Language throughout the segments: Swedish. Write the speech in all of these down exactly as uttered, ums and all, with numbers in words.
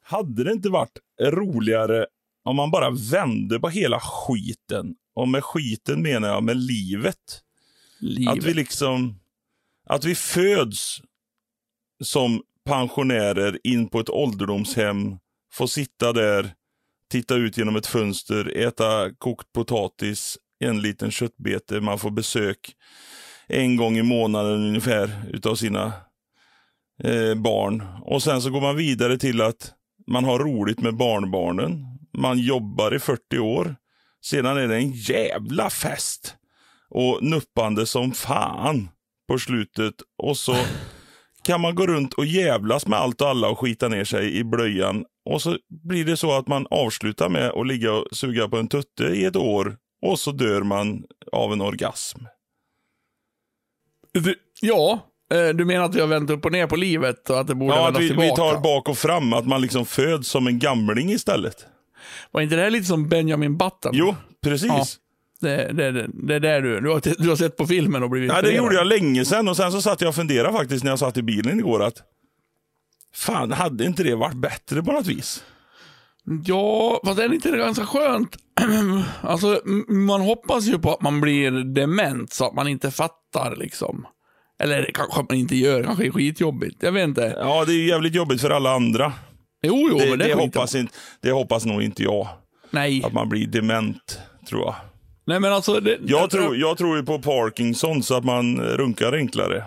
hade det inte varit roligare om man bara vände på hela skiten? Och med skiten menar jag med livet. livet. Att vi liksom, att vi föds som pensionärer in på ett ålderdomshem, får sitta där, titta ut genom ett fönster, äta kokt potatis, en liten köttbete, man får besök en gång i månaden ungefär utav sina eh, barn. Och sen så går man vidare till att man har roligt med barnbarnen. Man jobbar i fyrtio år. Sedan är det en jävla fest. Och nuppande som fan på slutet. Och så kan man gå runt och jävlas med allt och alla och skita ner sig i blöjan. Och så blir det så att man avslutar med att ligga och suga på en tutte i ett år. Och så dör man av en orgasm. Ja, du menar att vi har vänt upp och ner på livet och att det borde ja, vändas vi, tillbaka? vi tar bak och fram, att man liksom föds som en gamling istället. Var inte det här lite som Benjamin Button? Jo, precis. Ja, det, det, det, det är där du, du har, du har sett på filmen och blivit Ja, det gjorde jag länge sedan. Och sen så satt jag och funderade faktiskt när jag satt i bilen igår att fan, hade inte det varit bättre på något vis? Ja, fast är det inte ganska skönt? Alltså, man hoppas ju på att man blir dement så att man inte fattar liksom. Eller kanske man inte gör, kanske är skitjobbigt. Jag vet inte. Ja, det är jävligt jobbigt för alla andra. Jo, jo, det, men det, det, hoppas inte, det hoppas nog inte jag. Nej. Att man blir dement, tror jag. Nej, men alltså... Det, jag, det, tror, jag tror ju på Parkinson så att man runkar enklare.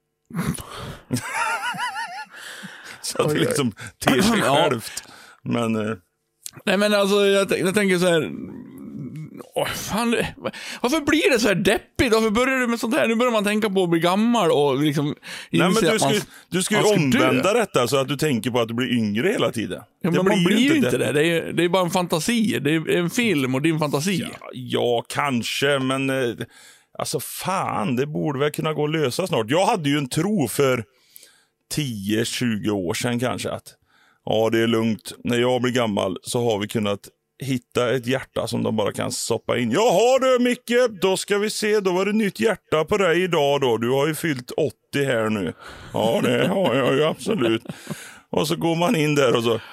Så att det liksom ter sig självt. Men... Eh... Nej, men alltså, jag, jag tänker så här... Åh, fan, varför blir det så här deppigt? Varför börjar du med sånt här? Nu börjar man tänka på att bli gammal och liksom... Nej, men du ska, man, du ska ju omvända dö. detta så att du tänker på att du blir yngre hela tiden. Ja, men det man blir ju inte det. Det. Det, är, det är bara en fantasi. Det är en film och din fantasi. Ja, ja kanske, men... Eh, alltså, fan, det borde väl kunna gå att lösa snart. Jag hade ju en tro för tio tjugo år sedan kanske att ja, det är lugnt. När jag blir gammal så har vi kunnat hitta ett hjärta som de bara kan stoppa in. Jaha du Micke, då ska vi se. Då var det nytt hjärta på dig idag då. Du har ju fyllt åttio här nu. Ja, det har jag ju absolut. Och så går man in där och så...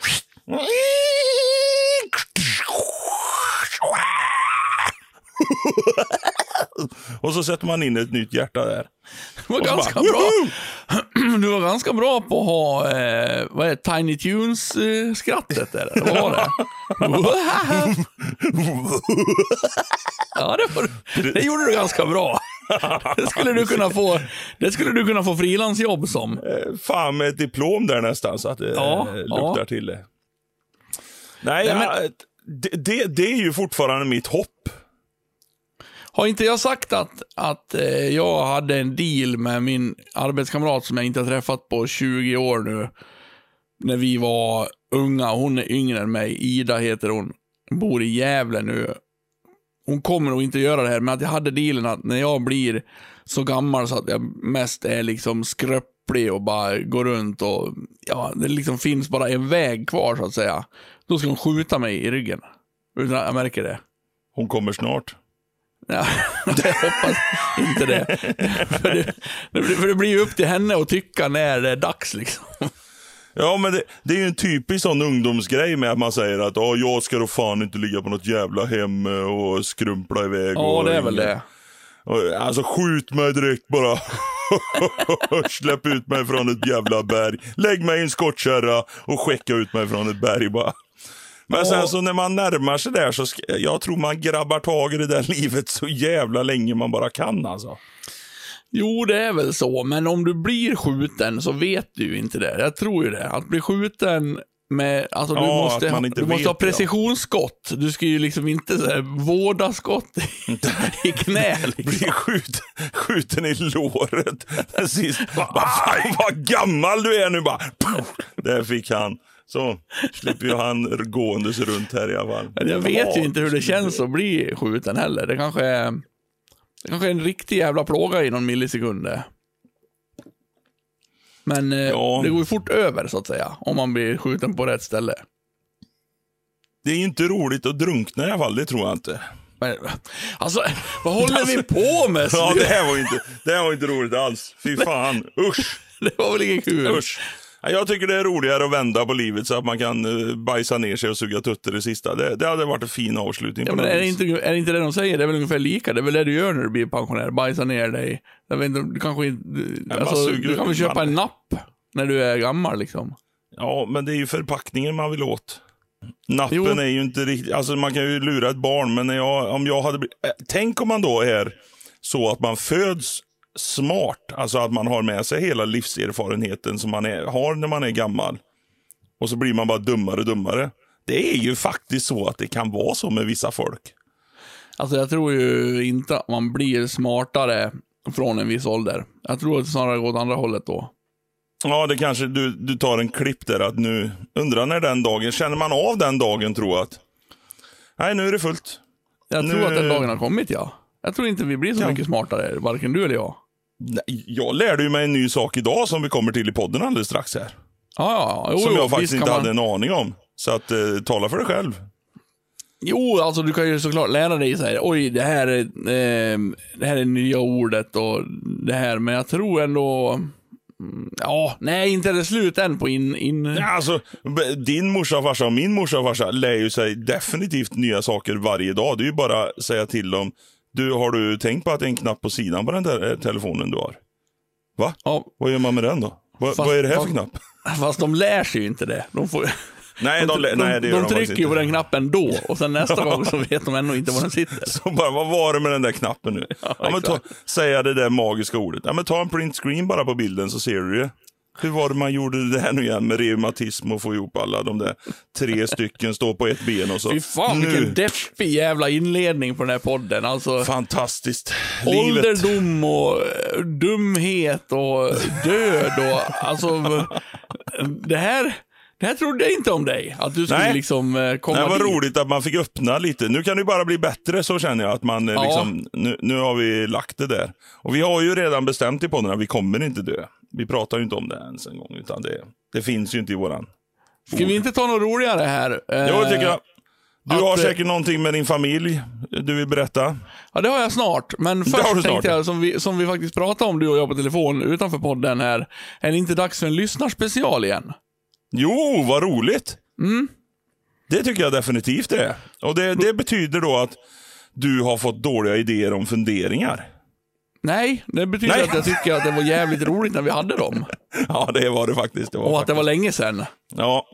Och så sätter man in ett nytt hjärta där. Det var ganska bara, bra. Du var ganska bra på att ha eh, vad är det, Tiny Tunes eh, skrattet där. Vad var det? Ja, det, var, det gjorde du ganska bra. Det skulle du kunna få. Det skulle du kunna få frilansjobb som. Fan, med ett diplom där nästan så att det ja, eh, luktar ja. till det. Nej, Nej men, ja, det, det, det är ju fortfarande mitt hopp. Har inte jag sagt att, att eh, jag hade en deal med min arbetskamrat som jag inte har träffat på tjugo år nu. När vi var unga. Hon är yngre än mig. Ida heter hon. Bor i Gävle nu. Hon kommer nog inte göra det här. Men att jag hade dealen att när jag blir så gammal så att jag mest är liksom skröplig och bara går runt och ja, det liksom finns bara en väg kvar så att säga. Då ska hon skjuta mig i ryggen. Utan att jag märker det. Hon kommer snart. Ja, jag hoppas inte det. För det. För det blir ju upp till henne att tycka när det är dags liksom. Ja, men det, det är ju en typisk sån ungdomsgrej med att man säger att oh, jag ska då fan inte ligga på något jävla hem och skrumpla iväg. Ja, och, det är väl det. Och, alltså skjut mig direkt bara. Släpp ut mig från ett jävla berg. Lägg mig i en skottkärra och skicka ut mig från ett berg bara. Men oh. sen så när man närmar sig där så ska, jag tror man grabbar tag i det där livet så jävla länge man bara kan alltså. Jo, det är väl så. Men om du blir skjuten så vet du ju inte det. Jag tror ju det. Att bli skjuten med... Alltså, ja, du måste, ha, du måste ha precisionsskott. Ja. Du ska ju liksom inte så här, vårda skott i, i knä. Liksom. Bli skjut, skjuten i låret. Precis. Fan, vad gammal du är nu bara. Där fick han. Så slipper ju han gåendes runt här i alla fall. Jag vet ju inte hur det känns att bli skjuten heller. Det kanske är... Det kanske är en riktig jävla plåga i någon millisekund. Men ja. Det går ju fort över så att säga. Om man blir skjuten på rätt ställe. Det är ju inte roligt att drunkna i alla fall, det tror jag inte. Men, alltså, vad håller alltså, vi på med? Ja, det här var ju inte, det här var inte roligt alls. Fy fan, usch. Det var väl ingen kul. Usch. Jag tycker det är roligare att vända på livet så att man kan bajsa ner sig och suga tutter det sista. Det, det hade varit en fin avslutning. Ja, på men är det, vis. inte, är det inte det de säger? Det är väl ungefär lika. Det är väl det du gör när du blir pensionär. Bajsa ner dig. Jag vet inte, du kanske inte... Alltså, du kan väl köpa man... en napp när du är gammal liksom. Ja, men det är ju förpackningen man vill åt. Nappen Jo. är ju inte riktigt... Alltså man kan ju lura ett barn, men när jag, om jag hade blivit... Tänk om man då är så att man föds smart. Alltså att man har med sig hela livserfarenheten som man är, har när man är gammal. Och så blir man bara dummare och dummare. Det är ju faktiskt så att det kan vara så med vissa folk. Alltså jag tror ju inte att man blir smartare från en viss ålder. Jag tror att det snarare går åt andra hållet då. Ja, det kanske du, du tar en klipp där att nu undrar när den dagen, känner man av den dagen tror jag att nej, nu är det fullt. Jag nu... tror att den dagen har kommit, ja. Jag tror inte vi blir så ja. mycket smartare, varken du eller jag. Nej, jag lärde ju mig en ny sak idag som vi kommer till i podden alldeles strax här. Ja, ja. Jo, som jo, jag faktiskt inte man... hade en aning om. Så att, eh, tala för dig själv. Jo, alltså du kan ju såklart lära dig så här. Oj, det här är eh, det här är nya ordet och det här, men jag tror ändå ja, nej, inte är det slut än på in... in... Ja, alltså, din morsa och farsa och min morsa och farsa lär ju sig definitivt nya saker varje dag. Det är ju bara att säga till dem, du, har du tänkt på att det är en knapp på sidan på den där telefonen du har? Va? Ja. Vad gör man med den då? Va, Fast, vad är det här för fast, knapp? Fast de lär sig ju inte det. De får... Nej, de, de, de, nej, det gör de, de trycker ju på den knappen då, och sen nästa gång så vet de ännu inte var den sitter. Så bara, vad var det med den där knappen nu? Ja, ja, men ta, säga det där magiska ordet. Ja, men ta en print screen bara på bilden så ser du det. Hur var det man gjorde det här nu igen med reumatism och få ihop alla de där tre stycken stå på ett ben och så. Fy fan, nu. vilken deppig jävla inledning på den här podden. Alltså, fantastiskt. ålderdom och dumhet och död och alltså det här... Det här trodde jag inte om dig. Att du skulle Nej. liksom komma Det var dit. roligt att man fick öppna lite. Nu kan det bara bli bättre, så känner jag. Att man Ja. liksom, nu, nu har vi lagt det där. Och vi har ju redan bestämt i podden att vi kommer inte dö. Vi pratar ju inte om det ens en gång. Utan det, det finns ju inte i våran. Ska vi inte ta något roligare här? Jo, tycker jag. Du att, har säkert någonting med din familj du vill berätta. Ja, det har jag snart. Men först snart. tänkte jag, som vi, som vi faktiskt pratade om, du och jag på telefon utanför podden här. Är det inte dags för en lyssnarspecial igen? Jo, vad roligt. Mm. Det tycker jag definitivt det är. Och det, det betyder då att du har fått dåliga idéer om funderingar. Nej, det betyder Nej. att jag tycker att det var jävligt roligt när vi hade dem. Ja, det var det faktiskt. Det var Och att faktiskt. det var länge sedan. Ja.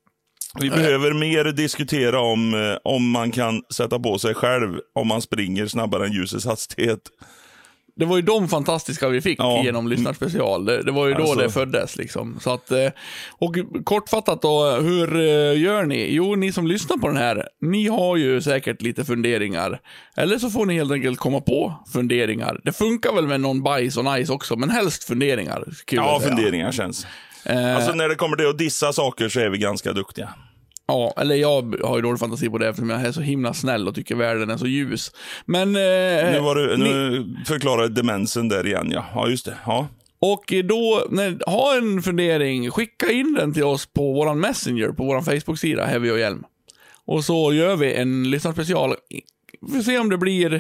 Vi behöver mer diskutera om, eh, om man kan sätta på sig själv om man springer snabbare än ljusets hastighet. Det var ju de fantastiska vi fick Ja. genom lyssnarspecial. Det, det var ju då Alltså. det föddes liksom. Så att, eh, och kortfattat då, hur eh, gör ni? Jo, ni som lyssnar på den här, ni har ju säkert lite funderingar. Eller så får ni helt enkelt komma på funderingar. Det funkar väl med någon bajs och nice också, men helst funderingar. Kul Ja, att säga. funderingar känns. Eh, Alltså när det kommer till att dissa saker så är vi ganska duktiga. Ja, eller jag har ju dålig fantasi på det eftersom jag är så himla snäll och tycker världen är så ljus. Men... Eh, Nu, var du, ni, nu förklarar demensen där igen, ja. Ja, just det. Ja. och då, när, ha en fundering, skicka in den till oss på våran Messenger, på våran Facebook-sida, Heavy och Hjelm. Och så gör vi en lyssnarspecial. Vi får se om det blir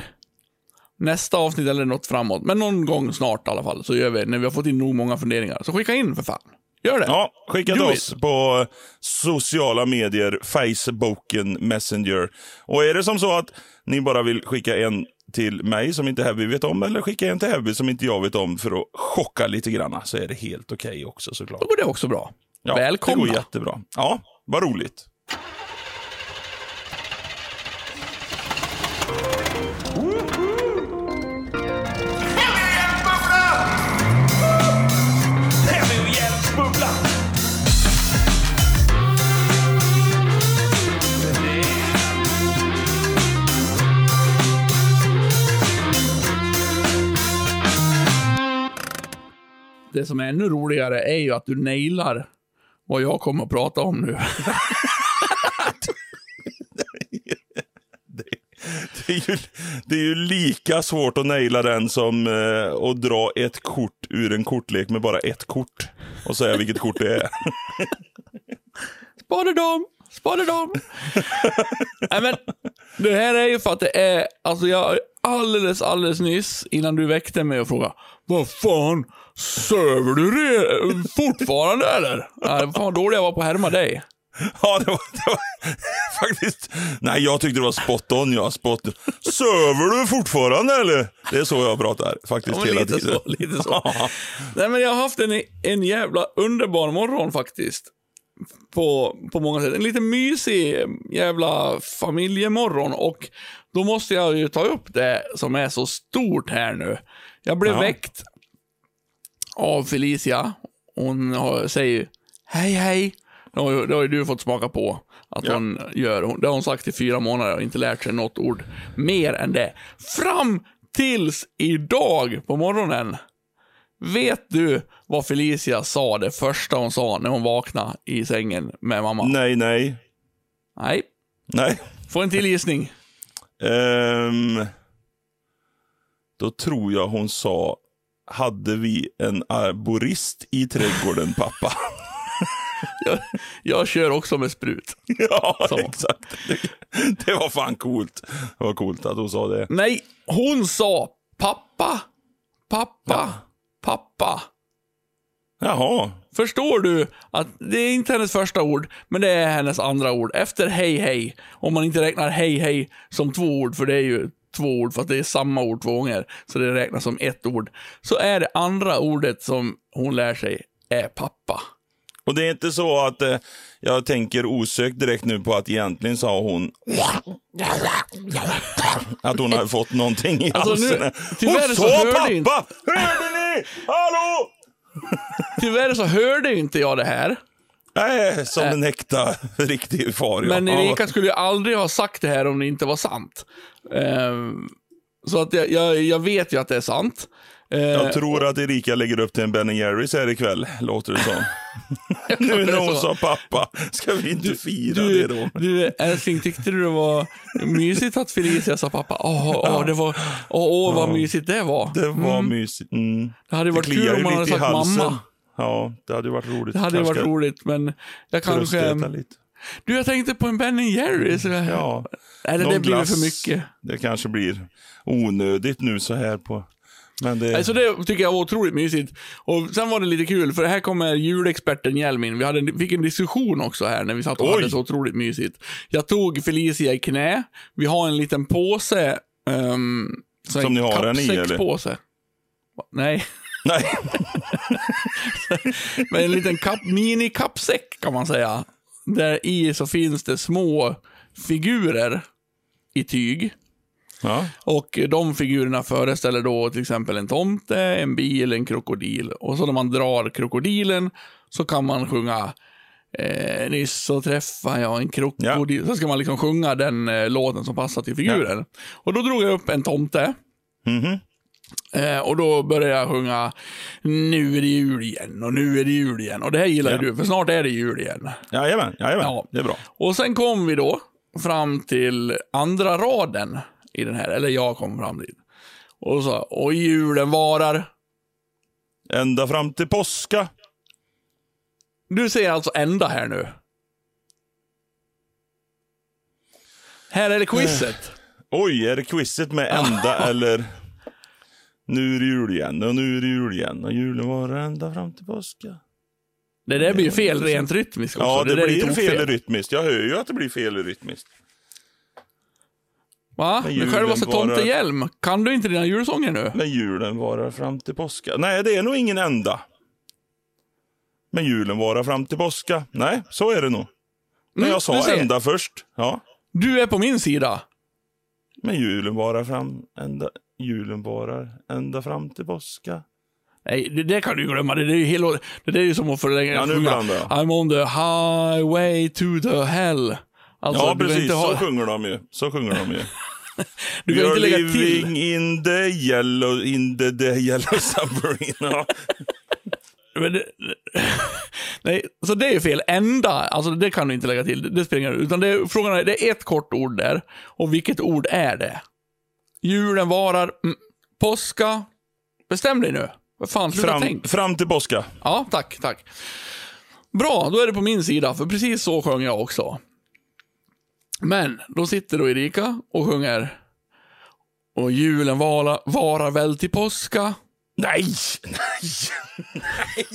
nästa avsnitt eller något framåt. Men någon gång snart i alla fall så gör vi, när vi har fått in nog många funderingar. Så skicka in för fan. Gör det. Ja, skicka till Do oss it. på sociala medier, Facebooken, Messenger. Och är det som så att ni bara vill skicka en till mig som inte Heavy vet om, eller skicka en till Heavy som inte jag vet om för att chocka lite grann, så är det helt okej okay också såklart. Då går det också bra. Ja, Välkomna. det går jättebra. Ja, vad roligt. Det som är ännu roligare är ju att du nailar vad jag kommer att prata om nu. det, det, är ju, det är ju lika svårt att naila den som eh, att dra ett kort ur en kortlek med bara ett kort och säga vilket kort det är. Spara dem! Spara dem! Nej, men Det här är ju för att det är, alltså jag alldeles, alldeles nyss innan du väckte mig och frågade, vad fan, söver du det fortfarande eller? Ja, fan dålig jag var på att härma dig. Ja, det var, det var faktiskt, nej jag tyckte det var spot on, ja, spot on. Söver du fortfarande eller? Det är så jag pratar faktiskt, ja, hela lite tiden. Så, lite så. Nej, men jag har haft en, en jävla underbar morgon faktiskt. På, på många sätt. En lite mysig jävla familjemorgon. Och då måste jag ju ta upp det som är så stort här nu. Jag blev ja. väckt av Felicia. Hon har, säger hej hej. Det har, ju, det har ju du fått smaka på att ja. hon gör. Det har hon sagt i fyra månader och inte lärt sig något ord mer än det. Fram tills idag på morgonen. Vet du vad Felicia sa det första hon sa när hon vaknade i sängen med mamma? Nej, nej. Nej. Nej. Få en till gissning. Um, då tror jag hon sa, hade vi en arborist i trädgården, pappa? jag, jag kör också med sprut. Ja, så. Exakt. Det, det var fan coolt. Det var coolt att hon sa det. Nej, hon sa pappa. Pappa. Ja. Pappa. Jaha. Förstår du att det är inte hennes första ord, men det är hennes andra ord. Efter hej hej, om man inte räknar hej hej som två ord, för det är ju två ord för att det är samma ord två gånger, så det räknas som ett ord. Så är det andra ordet som hon lär sig är pappa. Och det är inte så att eh, jag tänker osökt direkt nu på att egentligen sa hon att hon har fått någonting i alltså halsen. Nu, tyvärr hon så sa hörde pappa! Inte... Hörde ni? Hallå? Tyvärr så hörde inte jag det här. Nej, som äh. en äkta riktig far. Ja. Men Erika skulle ju aldrig ha sagt det här om det inte var sant. Um, så att jag, jag, jag vet ju att det är sant. Jag tror att Erika lägger upp till en Ben and Jerry's här ikväll, låter det som. Nu när hon sa pappa, ska vi inte du, fira du, det då? Du, älskling, tyckte du det var mysigt att Felicia sa pappa? Åh, oh, oh, det var, åh, oh, oh, vad ja. mysigt det var. Det var mm. mysigt. Mm. Det hade varit kul om man hade sagt mamma. Ja, det hade varit roligt. Det hade varit roligt, men jag kanske... Lite. Du, jag tänkte på en Ben and Jerry's. Ja. Eller det blir för mycket. Det kanske blir onödigt nu så här på... Men det... Alltså det tycker jag var otroligt mysigt. Och sen var det lite kul, för här kommer julexperten Hjelmin. Vi hade en, fick en diskussion också här när vi satt och Oj. hade så otroligt mysigt. Jag tog Felicia i knä. Vi har en liten påse. Um, Som en ni har den i, eller? Påse. Nej. Nej. Men en liten kapp, mini-kappsäck kan man säga. Där i så finns det små figurer i tyg. Ja. Och de figurerna föreställer då till exempel en tomte, en bil, en krokodil. Och så när man drar krokodilen så kan man sjunga eh, nyss så träffar jag en krokodil. Ja. Så ska man liksom sjunga den eh, låten som passar till figuren. Ja. Och då drog jag upp en tomte. Mhm. Eh, och då började jag sjunga nu är det jul igen och nu är det jul igen. Och det här gillar ja. du, för snart är det jul igen. Jajamän, jajamän. Ja. Det är bra. Och sen kom vi då fram till andra raden i den här, eller jag kom fram dit. Och så, och julen varar ända fram till påska. Du säger alltså ända här nu. Här är det quizet. Oj, är det quizet med ända eller... Nu är det jul igen och nu är det jul igen och julen varar ända fram till påska. Det där blir ju fel rent rytmiskt också. Ja, det, det blir fel fel. rytmiskt. Jag hör ju att det blir fel rytmiskt. Va? Men själv var så tomtehjälm. Kan du inte dina julsånger nu? Men julen varar fram till påska. Nej, det är nog ingen ända. Men julen varar fram till påska. Nej, så är det nog. Men mm, jag sa ända först. Ja. Du är på min sida. Men julen varar fram ända... Julen varar ända fram till påska. Nej, det, det kan du glömma. Det, det är ju hela, det, det är ju som att förlänga. Ja, nu blandar jag. I'm on the highway to the hell. Alltså, ja, precis. Ha... Så sjunger de ju. Så sjunger de ju. Du kan inte lägga living till. in the yellow, in the, the yellow submarine. Men det, nej, så det är fel. Ända, alltså det kan du inte lägga till. Det, det spelar ingen roll. Utan det är, frågan är, det är ett kort ord där. Och vilket ord är det? Julen varar, mm, påska. Bestäm dig nu. Vad fan, sluta fram, tänk. Fram till påska. Ja, tack, tack. Bra, då är det på min sida. För precis så sjöng jag också. Men då sitter då Erika och sjunger och julen vara, vara väl till påska. Nej, nej, nej.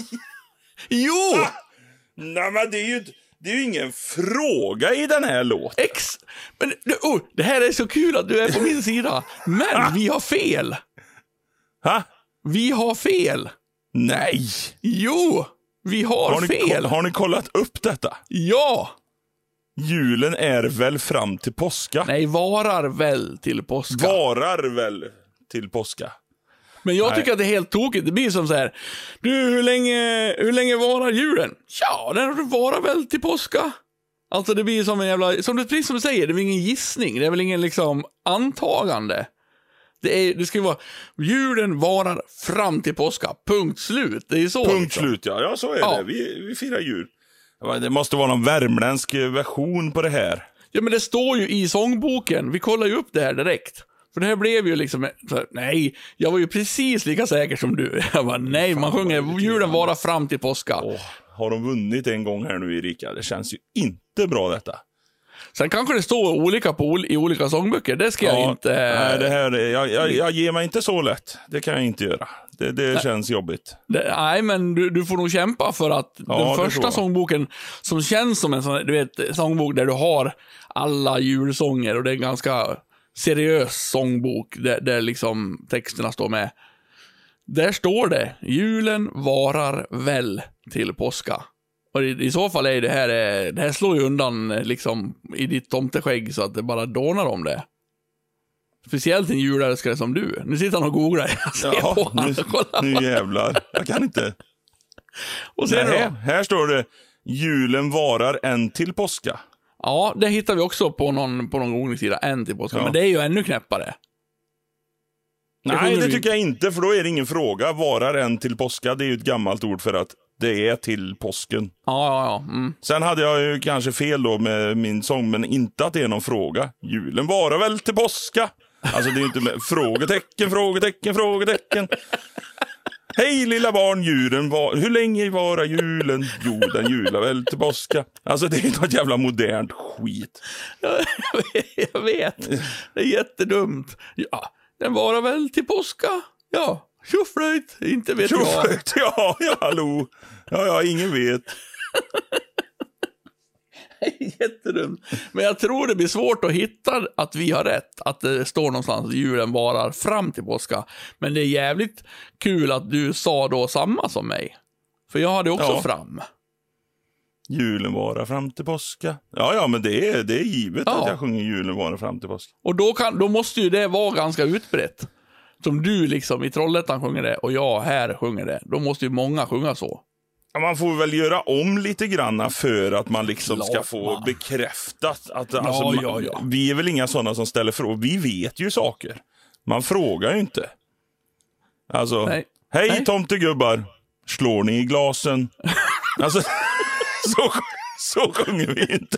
Jo! Ah! Nej, men det är ju det är ju ingen fråga i den här låten. Ex. Men oh, det här är så kul att du är på min sida. Men ah! vi har fel. Ha? Vi har fel. Nej. Jo, vi har, har ni fel. Ko- har ni kollat upp detta? Ja. Julen är väl fram till påska? Nej, varar väl till påska. Varar väl till påska. Men jag Nej. tycker att det är helt tokigt. Det blir som så här. Du, hur länge, hur länge varar julen? Ja, den varar väl till påska. Alltså det blir som en jävla, som du, precis som du säger, det är ingen gissning. Det är väl ingen liksom antagande. Det, är, det ska ju vara, julen varar fram till påska. Punkt slut. Det är så. Punkt liksom. slut, ja. Ja, så är Ja. det. Vi, vi firar jul. Det måste vara någon värmländsk version på det här. Ja, men det står ju i sångboken. Vi kollar ju upp det här direkt. För det här blev ju liksom, så, nej, jag var ju precis lika säker som du. Jag bara, nej, man sjunger julen vara fram till påska. Åh, har de vunnit en gång här nu, Erika? Det känns ju inte bra detta. Sen kanske det står olika på, i olika sångböcker. Det ska jag inte... Nej, det här, jag, jag, jag ger mig inte så lätt. Det kan jag inte göra. Det, det känns jobbigt. Det, nej, men du, du får nog kämpa för att Ja, den första sångboken som känns som en sån, du vet, sångbok där du har alla julsånger och det är en ganska seriös sångbok där, där liksom texterna står med. Där står det, julen varar väl till påska. Och i, i så fall är det här, det här slår ju undan liksom i ditt tomteskägg så att det bara dånar om det. Speciellt en julälskare som du. Nu sitter han och googlar. Jag ser Ja, på han. nu, nu jävlar. Jag kan inte. Och ser Nej, du här står det, julen varar en till påska. Ja, det hittar vi också på någon, på någon googlingssida. En till påska. Ja. Men det är ju ännu knäppare. Nej, det vi... tycker jag inte, för då är det ingen fråga. Varar en till påska, det är ju ett gammalt ord för att det är till påsken. Ja, ja, ja. Mm. Sen hade jag ju kanske fel då med min sång, men inte att det är någon fråga. Julen varar väl till påska? Alltså det är ju inte med frågetecken, frågetecken, frågetecken. Hej lilla barn, julen var... Hur länge varar julen? Jo, den jular väl till påska. Alltså det är något jävla modernt skit. Jag vet. Det är jättedumt. Ja, den varar väl till påska? Ja, tjoflöjt. Inte vet jag. Tjoflöjt, ja, ja, hallå. Ja, ja, ingen vet. Jättedumt. Men jag tror det blir svårt att hitta att vi har rätt. Att det står någonstans att julen varar fram till påska. Men det är jävligt kul att du sa då samma som mig. För jag hade också ja. fram. Julen varar fram till påska. Ja, ja, men det är, det är givet ja. att jag sjunger julen varar fram till påska. Och då, kan, då måste ju det vara ganska utbrett. Som du liksom i Trollhättan sjunger det och jag här sjunger det. Då måste ju många sjunga så. Ja, man får väl göra om lite granna för att man liksom Klart, ska få man. bekräftat att ja, alltså, man, ja, ja. vi är väl inga sådana som ställer frågor. Vi vet ju saker. Man frågar ju inte. Alltså, Nej. hej Nej. tomtegubbar, slår ni i glasen? Alltså, så, så sjunger vi inte.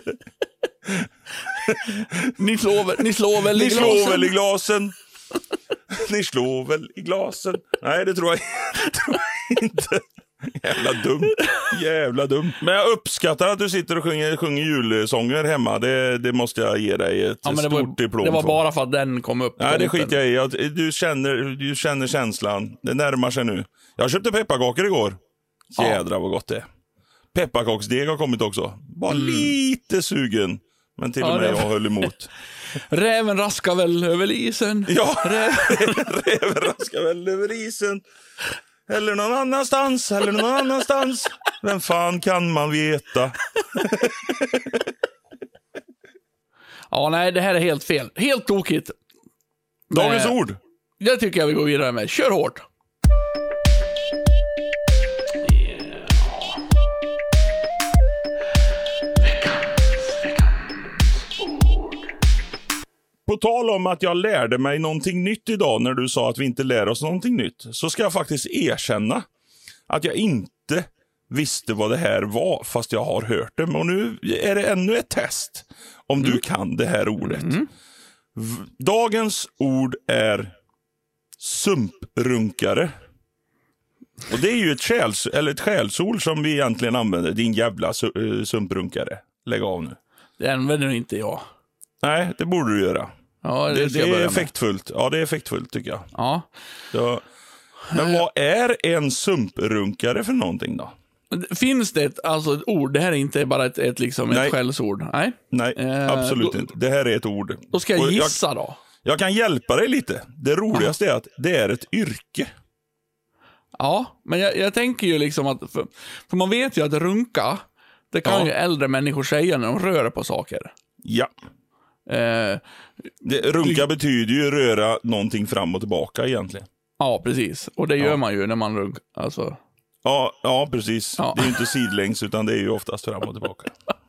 Ni slår väl, ni slår väl i ni glasen? Slår väl i glasen? Ni slår väl i glasen? Nej, det tror jag, det tror jag inte. Jävla dumt. Jävla dumt. Men jag uppskattar att du sitter och sjunger, sjunger julsånger hemma. Det, det måste jag ge dig ett ja, stort det var, diplom Det var för. bara för att den kom upp. Nej, det skiter jag i. Jag, du, känner, du känner känslan. Det närmar sig nu. Jag köpte pepparkakor igår. Jädra vad gott det är. Pepparkaksdeg har kommit också. Bara mm. lite sugen. Men till och med ja, jag höll emot. Räven raskar väl över isen. Ja, räven raskar väl över isen. Eller någon annanstans, eller någon annanstans. Vem fan kan man veta? Ja, nej, det här är helt fel. Helt tokigt. Dagens Men, ord. Det tycker jag vi går vidare med. Kör hårt. På tal om att jag lärde mig någonting nytt idag när du sa att vi inte lär oss någonting nytt, så ska jag faktiskt erkänna att jag inte visste vad det här var fast jag har hört det. Och nu är det ännu ett test om mm. du kan det här ordet. Mm. Dagens ord är sumprunkare. Och det är ju ett, skäls, eller ett skällsord som vi egentligen använder. Din jävla su- sumprunkare. Lägg av nu. Det använder inte jag. Nej, det borde du göra. Ja, det det ska jag det är börja med. effektfullt. Ja, det är effektfullt tycker jag. Ja. Så, men vad är en sumprunkare för någonting då? Finns det ett, alltså ett ord? Det här är inte bara ett, ett, liksom ett Nej. skällsord. Nej, Nej, Eh, absolut då- inte. Det här är ett ord. då ska jag Och gissa då. Jag kan hjälpa dig lite. Det roligaste är att det är ett yrke. Ja, men jag, jag tänker ju liksom att, för, för man vet ju att runka, det kan Ja. ju äldre människor säga när de rör på saker. Ja. Eh, Det, runka betyder ju röra någonting fram och tillbaka egentligen. ja, precis. Och det gör Ja. man ju när man runkar. Alltså, Ja, ja precis. Ja. Det är ju inte sidlängs utan det är ju oftast fram och tillbaka.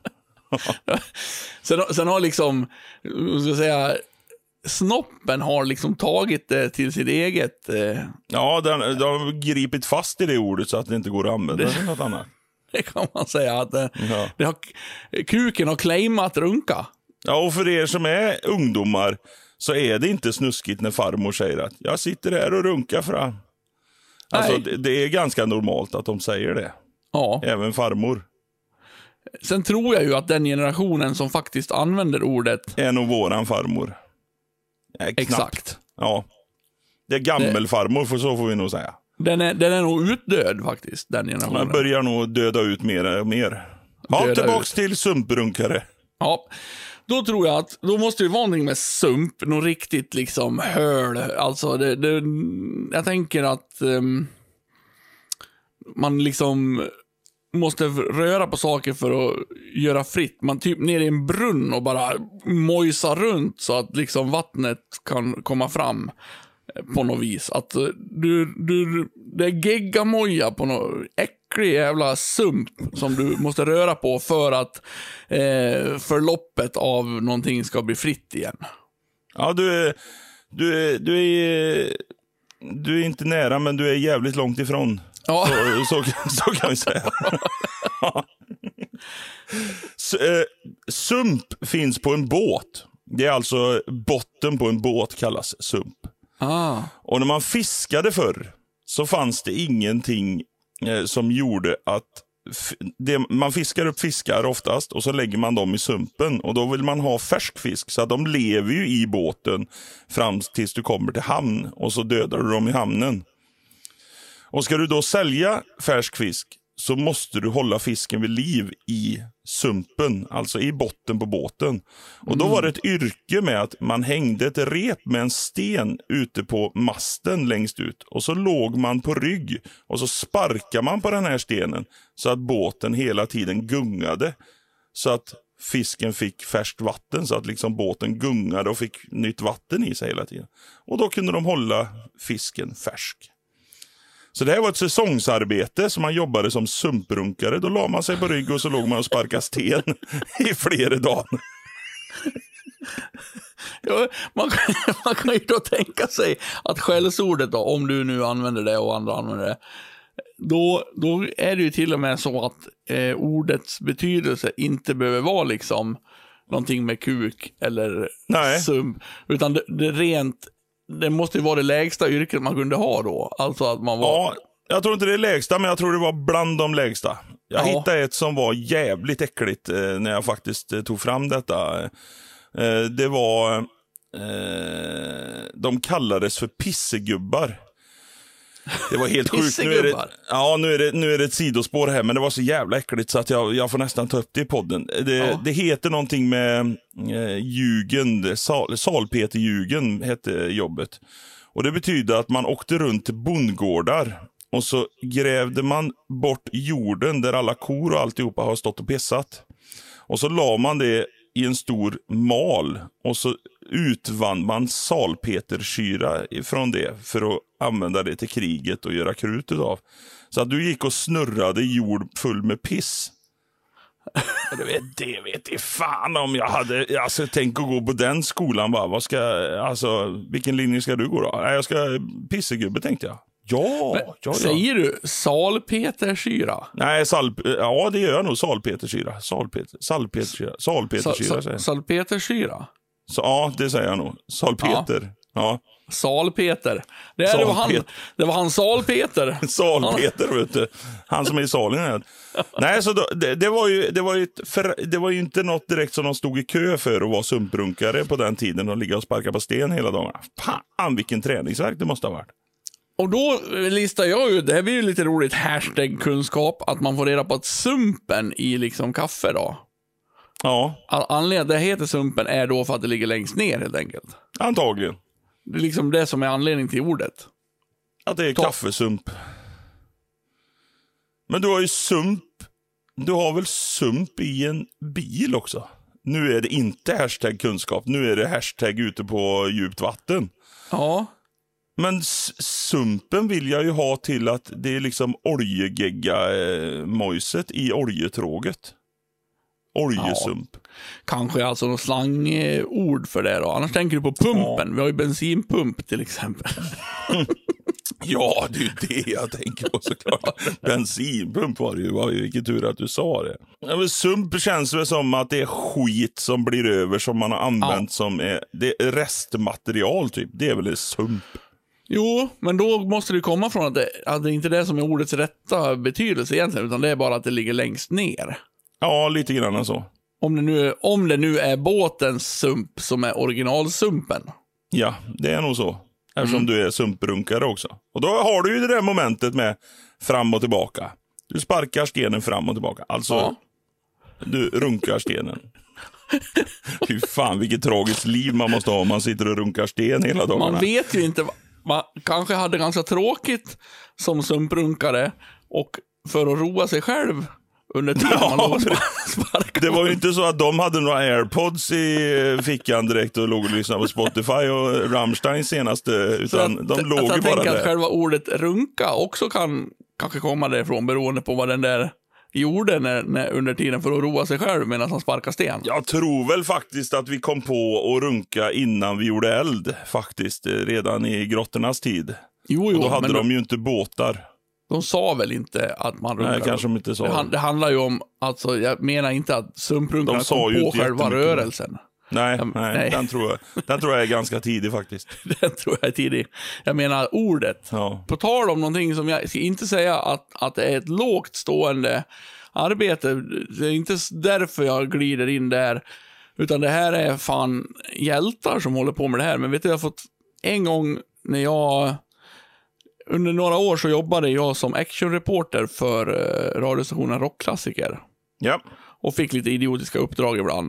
sen, sen har liksom, hur ska jag säga, snoppen har liksom tagit det till sitt eget. Eh, Ja, den, de har gripit fast i det ordet så att det inte går att använda till något annat. det kan man säga att eh, Ja. det har, kuken har claimat runka. Ja, och för er som är ungdomar så är det inte snuskigt när farmor säger att jag sitter här och runkar fram. Alltså, Nej. det, det är ganska normalt att de säger det. Ja. Även farmor Sen tror jag ju att den generationen som faktiskt använder ordet, är nog våran farmor. Nej, knappt. exakt, Ja. Det är gammelfarmor, för så får vi nog säga. den är, den är nog utdöd faktiskt, den Man generationen. börjar nog döda ut mer och mer. Ja, Döda tillbaks ut. till sumprunkare. Ja, då tror jag att då måste det vara någonting med sump, något riktigt liksom höl. Alltså, det, det, jag tänker att um, man liksom måste röra på saker för att göra fritt. Man typ ner i en brunn och bara mojsar runt så att liksom vattnet kan komma fram på något vis. Att du, du, det är geggamoja på något äcklig jävla sump som du måste röra på för att eh, förloppet av någonting ska bli fritt igen. Ja, du är, du är, du är, du är inte nära, men du är jävligt långt ifrån. Ja. Så, så, så kan vi säga. S, eh, sump finns på en båt. Det är alltså botten på en båt kallas sump. Ah. Och när man fiskade förr så fanns det ingenting eh, som gjorde att f- det, man fiskar upp fiskar oftast och så lägger man dem i sumpen och då vill man ha färsk fisk så att de lever ju i båten fram tills du kommer till hamn och så dödar du dem i hamnen. Och ska du då sälja färsk fisk så måste du hålla fisken vid liv i sumpen, alltså i botten på båten. Och då var det ett yrke med att man hängde ett rep med en sten ute på masten längst ut. Och så låg man på rygg och så sparkade man på den här stenen så att båten hela tiden gungade. Så att fisken fick färskt vatten, så att liksom båten gungade och fick nytt vatten i sig hela tiden. Och då kunde de hålla fisken färsk. Så det här var ett säsongsarbete som man jobbade som sumprunkare. Då la man sig på rygg och så låg man och sparkade sten i flera dagar. Ja, man, kan, man kan ju då tänka sig att skällsordet då, om du nu använder det och andra använder det, då, då är det ju till och med så att eh, ordets betydelse inte behöver vara liksom någonting med kuk eller Nej. sump, utan det, det rent, det måste ju vara det lägsta yrket man kunde ha då. Alltså att man var... Ja, jag tror inte det är lägsta, men jag tror det var bland de lägsta. Jag Ja. hittade ett som var jävligt äckligt eh, när jag faktiskt eh, tog fram detta. Eh, det var... Eh, de kallades för pissegubbar. Det var helt sjukt. Nu är det, Pissegubbar? ja, nu är, det, nu är det ett sidospår här, men det var så jävla äckligt så att jag, jag får nästan ta upp det i podden. Det, Ja. det heter någonting med eh, jugend, sal, salpeterjugend hette jobbet. Och det betyder att man åkte runt till bondgårdar och så grävde man bort jorden där alla kor och alltihopa har stått och pissat. Och så la man det i en stor mal och så utvann man salpetersyra ifrån det för att använda det till kriget och göra krut utav. Så att du gick och snurrade jord full med piss. Du vet, det vet jag fan om jag hade, alltså tänk att gå på den skolan bara. Vad ska, alltså, vilken linje ska du gå då? Nej, jag ska pissegubbe tänkte jag. Ja, ja, ja. Säger du salpetersyra? Nej, sal, ja det gör jag nog, salpetersyra. Salpeter, salpetersyra, salpetersyra Sa, säger sa, jag. salpetersyra? Så, ja, det säger jag nog. Salpeter. Ja. Salpeter. Det, är, det, var han, det var han Salpeter. Salpeter, vet du. Han som är i salen här. Nej, så då, det, det var ju det var ju, ett, för, det var ju inte något direkt som de stod i kö för att vara sumprunkare på den tiden och ligga och sparka på sten hela dagen. Fan, vilken träningsverk det måste ha varit. Och då listar jag ut, det här blir ju lite roligt, hashtag kunskap, att man får reda på att sumpen i liksom kaffe då. Ja. Anledningen att det heter sumpen är då för att det ligger längst ner helt enkelt. Antagligen. Det är liksom det som är anledning till ordet. Att det är Ta. kaffesump. Men du har ju sump. Du har väl sump i en bil också? Nu är det inte hashtag kunskap. Nu är det hashtag ute på djupt vatten. Ja. Men sumpen vill jag ju ha till att det är liksom oljegegga eh, mojset i oljetråget. Oljesump. Ja. Kanske alltså något slangord för det då. Annars tänker du på pumpen. Ja. Vi har ju bensinpump till exempel. Ja, det är ju det jag tänker på såklart. Bensinpump var det ju. Var ju vilken tur att du sa det. Ja, men sump känns väl som att det är skit som blir över som man har använt ja. som är, det är restmaterial typ. Det är väl en sump. Jo, men då måste det komma från att det, att det inte är det som är ordets rätta betydelse egentligen, utan det är bara att det ligger längst ner. Ja, lite grann så. Om det nu, om det nu är båtens sump som är originalsumpen. Ja, det är nog så. Eftersom mm. du är sumprunkare också. Och då har du ju det där momentet med fram och tillbaka. Du sparkar stenen fram och tillbaka. Alltså, ja. Du runkar stenen. Fy fan, vilket tragiskt liv man måste ha om man sitter och runkar sten hela dagarna. Man vet ju inte. Man kanske hade ganska tråkigt som sumprunkare och för att roa sig själv under tiden ja, man låg sparkar. Det var ju inte så att de hade några AirPods i fickan direkt och låg och lyssnade på Spotify och Rammstein senaste, utan att, de låg ju bara där. Jag tänker att själva ordet runka också kan kanske komma därifrån beroende på vad den där gjorde när, när, under tiden för att roa sig själv medan han sparkar sten. Jag tror väl faktiskt att vi kom på att runka innan vi gjorde eld faktiskt, redan i grottornas tid. Jo, jo, och då hade men de ju inte båtar. De sa väl inte att man runkar. Nej, kanske de inte sa. Det, hand, det handlar ju om, alltså jag menar inte att sumprunkarna kom på själva rörelsen. Nej, jag, nej, nej. Den, tror jag, den tror jag är ganska tidig faktiskt. Den tror jag är tidig. Jag menar ordet. Ja. På tal om någonting som jag ska inte säga att, att det är ett lågt stående arbete. Det är inte därför jag glider in där. Utan det här är fan hjältar som håller på med det här. Men vet du, jag har fått en gång när jag... Under några år så jobbade jag som actionreporter för eh, radiostationen Rockklassiker. Ja. Och fick lite idiotiska uppdrag ibland.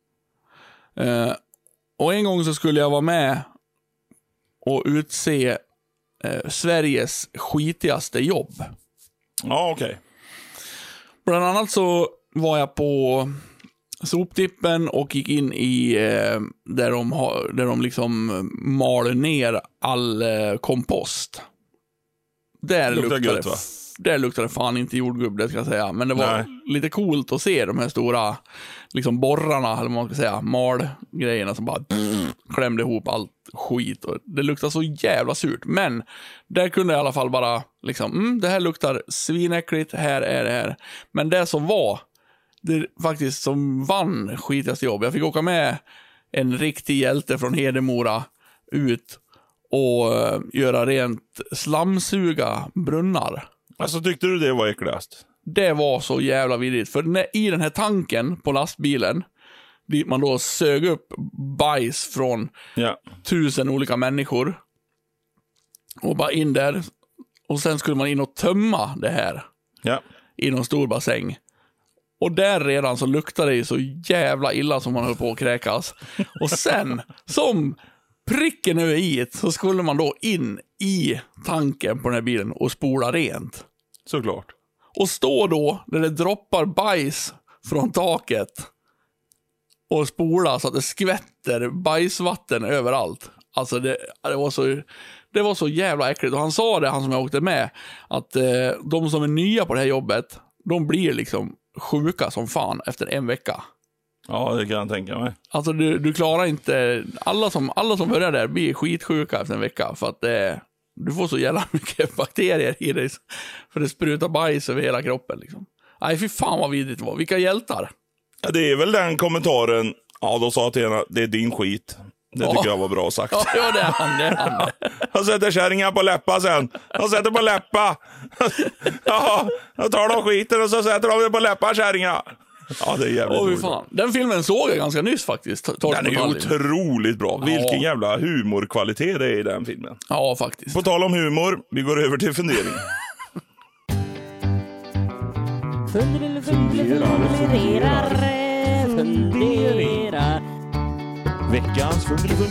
Eh, och en gång så skulle jag vara med och utse eh, Sveriges skitigaste jobb. Ja, okej. Okay. Bland annat så var jag på soptippen och gick in i eh, där de har, där de liksom mal ner all eh, kompost. Där luktar luktade, gött, va? Där luktade fan inte jordgubb, det ska jag säga. Men det var Nej. lite coolt att se de här stora liksom borrarna, eller vad man ska säga, malgrejerna som bara klämde ihop allt skit. Och det luktar så jävla surt. Men där kunde jag i alla fall bara liksom, mm, det här luktar svinäckligt, här är det här. Men det som var, det faktiskt som vann skitigaste jobb. Jag fick åka med en riktig hjälte från Hedemora ut och uh, göra rent slamsuga brunnar. Alltså tyckte du det var äckligast? Det var så jävla vidrigt. För när, i den här tanken på lastbilen, dit man då sög upp bajs från ja. tusen olika människor och bara in där. Och sen skulle man in och tömma det här ja. i någon stor bassäng. Och där redan så luktade det så jävla illa som man höll på att kräkas. Och sen, som pricken över i så skulle man då in i tanken på den här bilen och spola rent. Såklart. Och stå då när det droppar bajs från taket och spola så att det skvätter bajsvatten överallt. Alltså det, det var så det var så jävla äckligt. Och han sa det, han som jag åkte med, att eh, de som är nya på det här jobbet, de blir liksom sjuka som fan efter en vecka. Ja, det kan jag tänka mig. Alltså du, du klarar inte, alla som, alla som börjar där blir skitsjuka efter en vecka för att eh, du får så jävla mycket bakterier i dig för det sprutar bajs över hela kroppen liksom. Nej, fy fan vad vidrigt det var. Vilka hjältar. Ja, det är väl den kommentaren, ja, de sa till henne, det är din skit. Det tycker ja. jag var bra sagt. Ja, ja det är han. Det är han. Han sätter kärringar på läppa sen. Han sätter på läppa. Ja, då tar de skiten och så sätter de det på läppa, kärringar. Ja, det är jävligt oh, fan. Den filmen såg jag ganska nyss faktiskt. Den är ju otroligt bra. Ja. Vilken jävla humorkvalitet det är i den filmen. Ja, faktiskt. På tal om humor, vi går över till fundering. Funderar, funderar, funderar. Veckans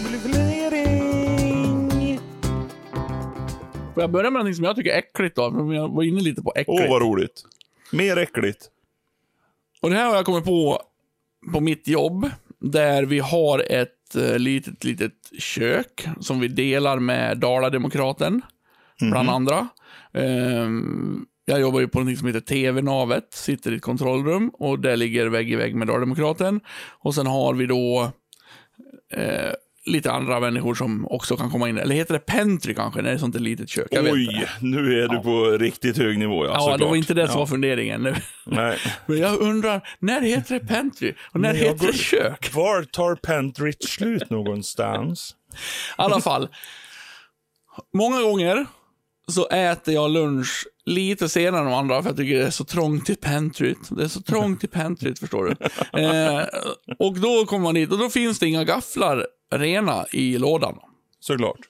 fundering. Får jag börja med något som jag tycker är äckligt då? Jag var inne lite på äckligt. Åh, oh, vad roligt. Mer äckligt. Och det här har jag kommit på på mitt jobb. Där vi har ett uh, litet, litet kök som vi delar med Dala-demokraten. Mm-hmm. Bland andra. Um, Jag jobbar ju på något som heter T V-navet, sitter i ett kontrollrum och där ligger vägg i vägg med Dala-demokraten. Och sen har vi då eh, lite andra människor som också kan komma in. Eller heter det pantry kanske, när det är sånt ett litet kök? Jag Oj, vet nu är du ja. på riktigt hög nivå. Ja, ja såklart. Det var inte det som ja. var funderingen nu. Nej. Men jag undrar, när heter det pantry? Och när heter går... det kök? Var tar pantry slut någonstans? I alla fall, många gånger så äter jag lunch lite senare än de andra för jag tycker det är så trångt i pantryt. Det är så trångt i pantryt, förstår du. Eh, och då kommer man dit och då finns det inga gafflar rena i lådan. Såklart.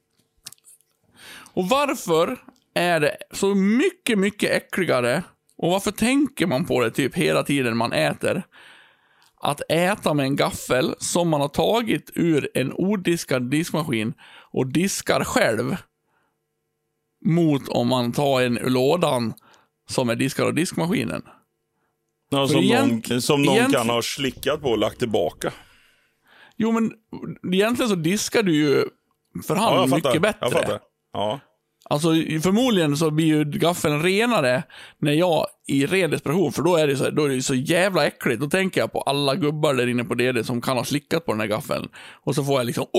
Och varför är det så mycket, mycket äckligare och varför tänker man på det typ hela tiden man äter? Att äta med en gaffel som man har tagit ur en odiskad diskmaskin och diskar själv. Mot om man tar en ur lådan som är diskad av diskmaskinen. Ja, som egent- någon, som någon egent- kan ha slickat på och lagt tillbaka. Jo, men egentligen så diskar du ju för hand ja, mycket fattar, bättre. Jag fattar. Ja. Alltså förmodligen så blir ju gaffeln renare när jag i ren desperation, för då är det så, då är det så jävla äckligt. Då tänker jag på alla gubbar där inne på D D som kan ha slickat på den här gaffeln. Och så får jag liksom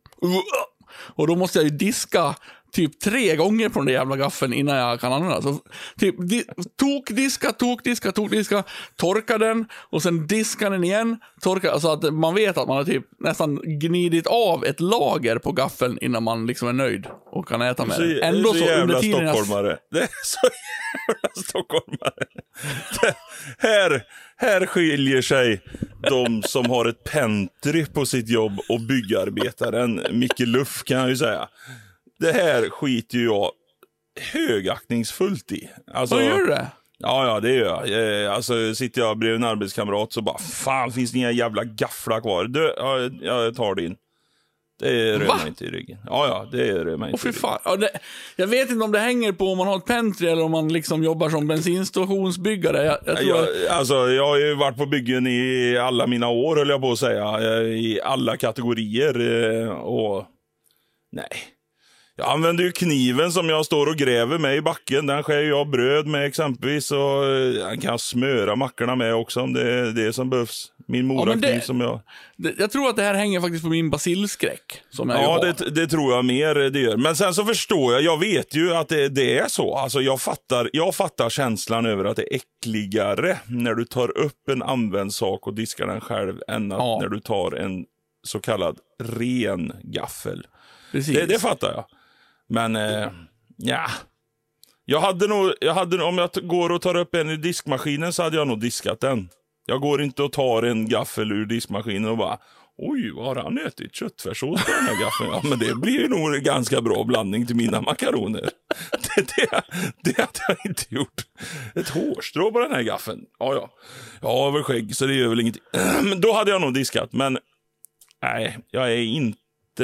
och då måste jag ju diska typ tre gånger på den där jävla gaffeln innan jag kan använda. Så typ di- tokdiska, tokdiska, tokdiska, torka den och sen diska den igen, torka, så att man vet att man har typ nästan gnidit av ett lager på gaffeln innan man liksom är nöjd och kan äta med den. Ändå så, så jävla stockholmare. Jag... Det är så jävla stockholmare. Det, här, här skiljer sig de som har ett pentry på sitt jobb och byggarbetaren Micke Luff, kan jag ju säga. Det här skiter ju jag högaktningsfullt i. Alltså, vad gör du det? Ja, ja, det gör jag. Alltså, sitter jag bredvid en arbetskamrat så bara, fan, finns det inga jävla gafflar kvar? Du, ja, jag tar din. Det rör mig inte i ryggen. Ja, ja, det rör mig inte oh, i ryggen. Fan. Ja, det, jag vet inte om det hänger på om man har ett pentry eller om man liksom jobbar som bensinstationsbyggare. Jag, jag, tror jag, att... alltså, jag har ju varit på byggen i alla mina år, höll jag på att säga. I alla kategorier. Och nej. Jag använder ju kniven som jag står och gräver med i backen. Den skär jag bröd med exempelvis. Och den kan smöra mackorna med också om det är det som behövs. Min morakniv ja, som jag... Det, jag tror att det här hänger faktiskt på min basilskräck. Som jag ja, det, det tror jag mer det gör. Men sen så förstår jag, jag vet ju att det, det är så. Alltså jag fattar, jag fattar känslan över att det är äckligare när du tar upp en använd sak och diskar den själv än att ja. när du tar en så kallad ren gaffel. Precis. Det, det fattar jag. Men, eh, ja. Jag hade nog, jag hade, om jag går och tar upp en i diskmaskinen så hade jag nog diskat den. Jag går inte och tar en gaffel ur diskmaskinen och bara, oj, vad har han ätit? Köttfärssås på den här gaffeln? Ja, men det blir ju nog en ganska bra blandning till mina makaroner. Det, det, det hade jag inte gjort. Ett hårstrå på den här gaffeln. Ja, ja. Jag har väl skägg så det gör väl ingenting. Men då hade jag nog diskat. Men nej, jag är inte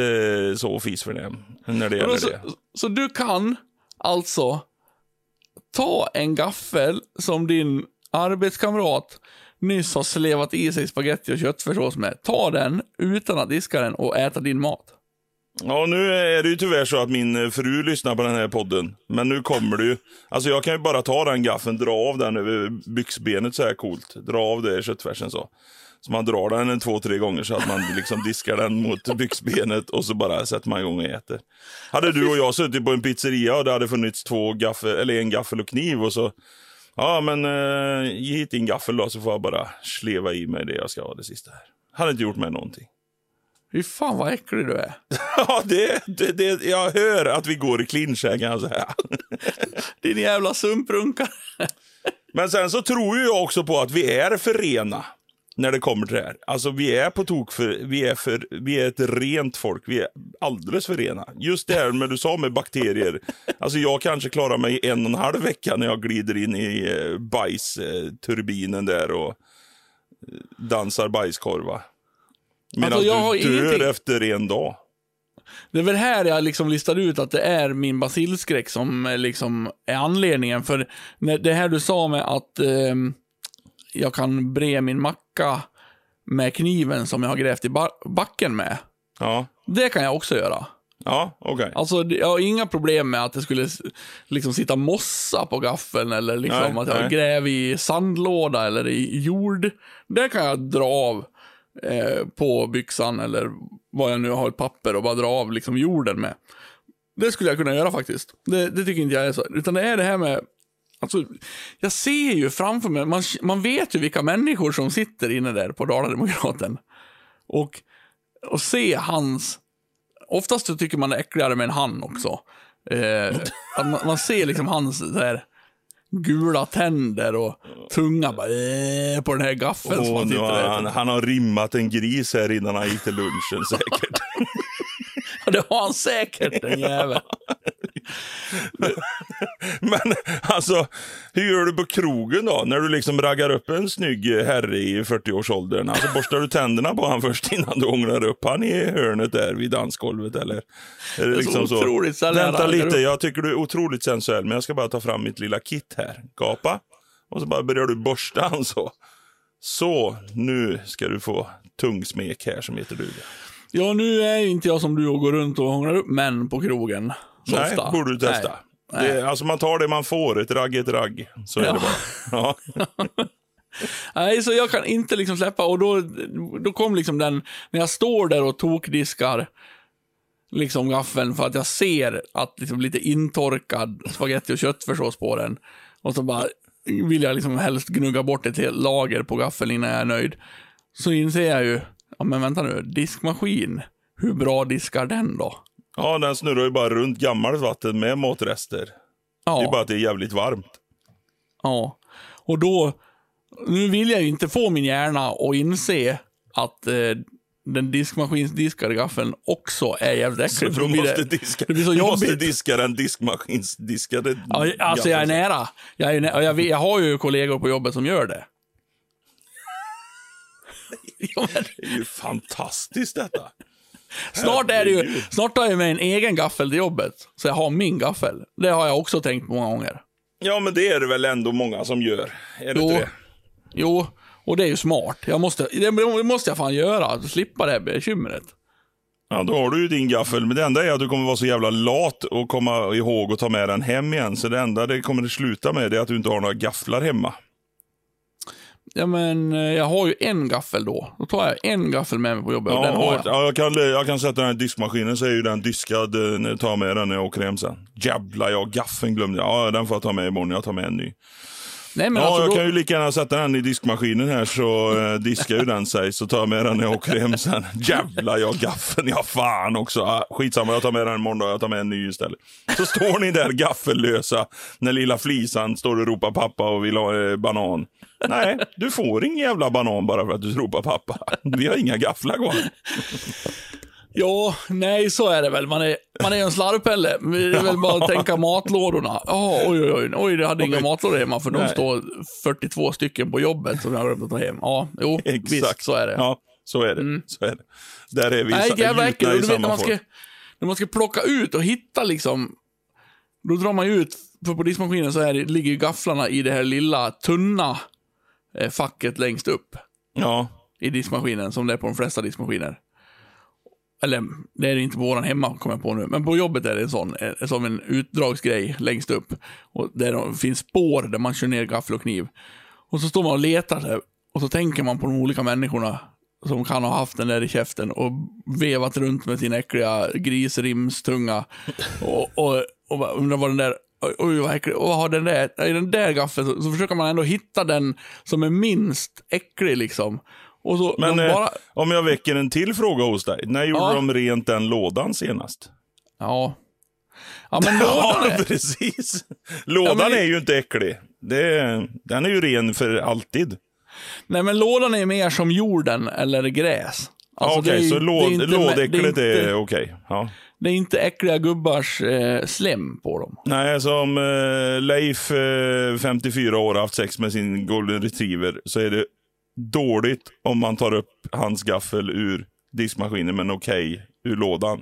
så fis för det när det gäller så, det. Så du kan alltså ta en gaffel som din arbetskamrat nyss har slevat i sig spaghetti och köttfärssås med. Ta den utan att diska den och äta din mat. Ja, nu är det ju tyvärr så att min fru lyssnar på den här podden. Men nu kommer det ju. Alltså jag kan ju bara ta den gaffeln, dra av den över byxbenet så här coolt. Dra av det köttfärsen så. Så man drar den en två, tre gånger så att man liksom diskar den mot byxbenet och så bara sätter man igång och äter. Hade du och jag suttit på en pizzeria och det hade funnits två gaffel, eller en gaffel och kniv och så, ja men eh, ge hit din gaffel då så får jag bara sleva i mig det jag ska ha det sista här. Hade inte gjort mig någonting. Fy fan vad äcklig du är. Ja, det, det, det, jag hör att vi går i clinch här, kan jag säga. Din jävla sumprunkar. Men sen så tror jag också på att vi är för rena när det kommer till det här. Alltså vi är på tok för, vi är för, vi är ett rent folk. Vi är alldeles för rena. Just det här med du sa med bakterier. Alltså jag kanske klarar mig en och en halv vecka när jag glider in i bajsturbinen där och dansar bajskorva. Medan alltså, jag du dör ingenting... efter en dag. Det är väl här jag liksom listar ut att det är min basilskräck som liksom är anledningen. För när det här du sa med att eh, jag kan bre min macka med kniven som jag har grävt i ba- backen med. Ja. Det kan jag också göra. Ja, okej. Okay. Alltså jag har inga problem med att det skulle liksom sitta mossa på gaffeln eller liksom nej, att jag nej. gräver i sandlåda eller i jord. Det kan jag dra av eh, på byxan eller vad jag nu har ett papper och bara dra av liksom jorden med. Det skulle jag kunna göra faktiskt. Det, det tycker inte jag är så. Utan det är det här med, alltså, jag ser ju framför mig, man, man vet ju vilka människor som sitter inne där på Dala-Demokraten. Och, och se hans, oftast så tycker man det är äckligare med en han också. Eh, att man, man ser liksom hans där gula tänder och tunga bara, eh, på den här gaffeln. Oh, som han, nu sitter har där. han, han har rimmat en gris här innan han gick till lunchen säkert. Ja, det har han säkert, den jäveln. Men alltså, hur gör du på krogen då? När du liksom raggar upp en snygg herre i fyrtioårsåldern. Alltså borstar du tänderna på han först innan du ångrar upp han i hörnet där vid dansgolvet, eller? Är det, det är liksom så otroligt så? Vänta lite, jag tycker du är otroligt sensuell, men jag ska bara ta fram mitt lilla kit här. Gapa. Och så bara börjar du borsta han så. Så, nu ska du få tungsmek här som heter duga. Ja, nu är inte jag som du och går runt och hånglar upp män på krogen. Så Nej, ofta. borde du testa. Nej. Det, alltså man tar det man får, ett ragg är ett ragg. Så är Ja. det bara. Ja. Nej, så jag kan inte liksom släppa. Och då, då kom liksom den, när jag står där och tokdiskar liksom gaffeln för att jag ser att liksom lite intorkad spaghetti och köttfärssås på den. Och så bara vill jag liksom helst gnugga bort ett helt lager på gaffeln innan jag är nöjd. Så inser jag ju, ja men vänta nu, diskmaskin, hur bra diskar den då? Ja, den snurrar ju bara runt gammalt vatten med matrester. Ja. Det är bara att det är jävligt varmt. Ja, och då, nu vill jag ju inte få min hjärna att inse att eh, den diskmaskinsdiskade gaffeln också är jävligt Så äcklig. du Då blir måste, det, diska, det blir så du måste jobbigt. diska den diskmaskinsdiskade Ja, alltså jag är gaffeln. nära. Jag, är nä- jag, vet- jag har ju kollegor på jobbet som gör det. Ja, men, Det är ju fantastiskt detta. snart är det ju, Herregud. snart har jag med en egen gaffel till jobbet. Så jag har min gaffel. Det har jag också tänkt många gånger. Ja, men det är det väl ändå många som gör. Är det Jo. inte det? Jo, och det är ju smart. Jag måste, det måste jag fan göra, att slippa det här bekymret. Ja, då har du ju din gaffel. Men det enda är att du kommer vara så jävla lat och komma ihåg och ta med den hem igen. Så det enda det kommer att sluta med är att du inte har några gafflar hemma. Ja, men eh, jag har ju en gaffel då. Då tar jag en gaffel med mig på jobbet och den har och, jag. ja, jag, kan, jag kan sätta den i diskmaskinen så är ju den diskad eh, när jag tar med den när jag åker hem sen. Jävlar, jag gaffeln glömde jag. Ja, den får jag ta med imorgon. Jag tar med en ny. Nej, men Ja, alltså jag då, kan ju lika gärna sätta den i diskmaskinen här så eh, diskar ju den sig. Så tar jag med den när jag åker hem sen. Jävlar, jag gaffeln. Ja, fan också. Ah, skitsamma, jag tar med den imorgon då. Jag tar med en ny istället. Så står ni där gaffellösa när lilla Flisan står och ropar pappa och vill ha eh, banan. Nej, du får ingen jävla banan bara för att du ropar pappa. Vi har inga gafflar kvar. ja, nej, så är det väl. Man är, man är en slarvpelle. Det är väl bara att tänka matlådorna. Ja, oj, oj, oj. Oj, det hade inga Oj. matlådor hemma för de Nej. står fyrtiotvå stycken på jobbet som jag har glömt att ta hem. Ja, jo, Exakt. visst, så är det. Ja, så är det. Så är det. Där är vi Nej, sa- jävla gjutna äckligt. i Och du vet, när samma man, ska, form. när man ska plocka ut och hitta liksom, då drar man ju ut, för på diskmaskinen så här ligger ju gafflarna i det här lilla tunna eh, facket längst upp Ja, i diskmaskinen, som det är på de flesta diskmaskiner. Eller, det är det inte på våran hemma, kommer jag på nu. Men på jobbet är det en sån, eh, som en utdragsgrej längst upp. Och där det finns spår där man kör ner gaffel och kniv. Och så står man och letar så här, och så tänker man på de olika människorna som kan ha haft den där i käften och vevat runt med sin äckliga grisrimstunga och, och, och bara undrar vad den där, oj vad äcklig, och vad har den där, i den där gaffeln, så, så försöker man ändå hitta den som är minst äcklig liksom. Och så, Men de eh, bara... om jag väcker en till fråga hos dig. När gjorde Ja. de rent den lådan senast? Ja. Ja, men lådan Ja, är... precis. Lådan Ja, men- är ju inte äcklig. Det är, den är ju ren för alltid. Nej, men lådan är mer som jorden eller gräs. Ja, Alltså, det är okej, ju- så det är låd, inte- lådäcklet det är är, inte- okej. Ja. Det är inte äckliga gubbars eh, slem på dem. Nej, som eh, Leif, eh, femtiofyra år, har haft sex med sin golden retriever, så är det dåligt om man tar upp hans gaffel ur diskmaskinen, men okej, ur lådan.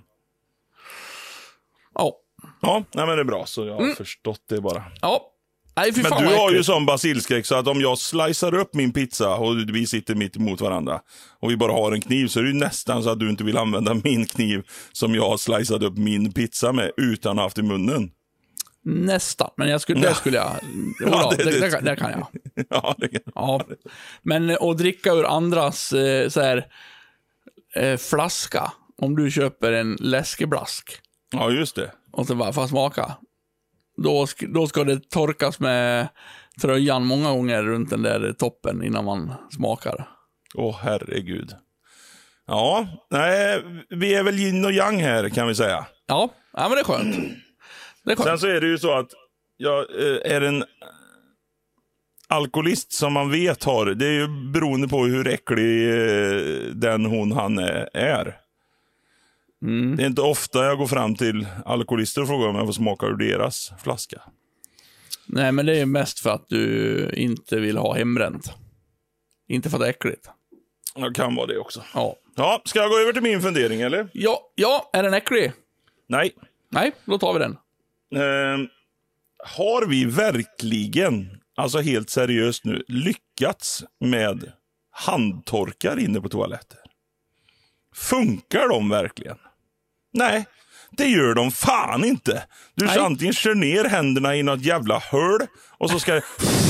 Ja. Ja, nej, men det är bra, så jag har Mm. förstått det bara. Ja. Nej, fy Men fan du vad har ju äckligt. sån basilskräck så att om jag slicear upp min pizza och vi sitter mitt emot varandra och vi bara har en kniv, så är det ju nästan så att du inte vill använda min kniv som jag har sliceat upp min pizza med utan att ha haft i munnen. Nästan, men jag skulle, det skulle jag... Ja, Ja, det- det, det- det, kan- det kan jag. Ja, det kan... Ja. Men eh, att dricka ur andras eh, så här, eh, flaska, om du köper en läskeblask ja, just det. och så bara får smaka, då, sk- då ska det torkas med tröjan många gånger runt den där toppen innan man smakar. Åh, herregud. Ja, nej, vi är väl yin och yang här kan vi säga. Ja, ja men det är skönt. Det är Sen skönt. så är det ju så att jag eh, är en alkoholist som man vet har, det är ju beroende på hur äcklig eh, den hon han är. är. Mm. Det är inte ofta jag går fram till alkoholister och frågar om jag får smaka ur deras flaska. Nej, men det är mest för att du inte vill ha hembränt. Inte för att det är äckligt. Det kan vara det också. Ja. Ja, ska jag gå över till min fundering eller? Ja, ja, är den äcklig? Nej. Nej, då tar vi den. Eh, har vi verkligen, alltså helt seriöst nu, lyckats med handtorkar inne på toaletter? Funkar de verkligen? Nej, det gör de fan inte. Du Nej. ska antingen kör ner händerna i något jävla hål och så ska det...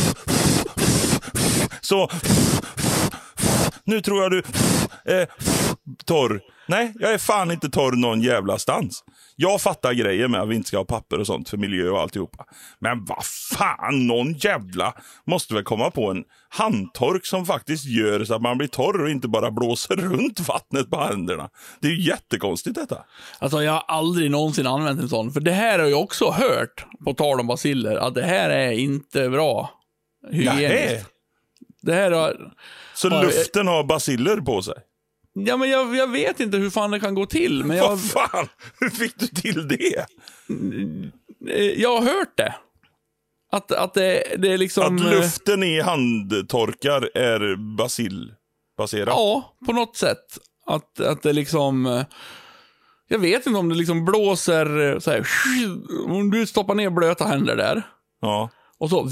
Så... Nu tror jag du är torr. Nej, jag är fan inte torr någon jävla stans. Jag fattar grejer med att vi inte ska ha papper och sånt för miljö och alltihopa. Men vad fan, någon jävla måste väl komma på en handtork som faktiskt gör så att man blir torr och inte bara blåser runt vattnet på händerna. Det är ju jättekonstigt detta. Alltså jag har aldrig någonsin använt en sån. För det här har jag också hört, på tal om basiller, att det här är inte bra hygieniskt. Nej. Det här har... Så Ja, luften har basiller på sig. Ja, men jag, jag vet inte hur fan det kan gå till. Men jag, Vad fan, hur fick du till det? eh, jag har hört det. Att, att det, det är liksom... Att eh, luften i handtorkar är basilbaserad? Ja, på något sätt. Att, att det liksom... eh, Jag vet inte om det liksom blåser eh, så här, om du stoppar ner blöta händer där. Ja. Och så...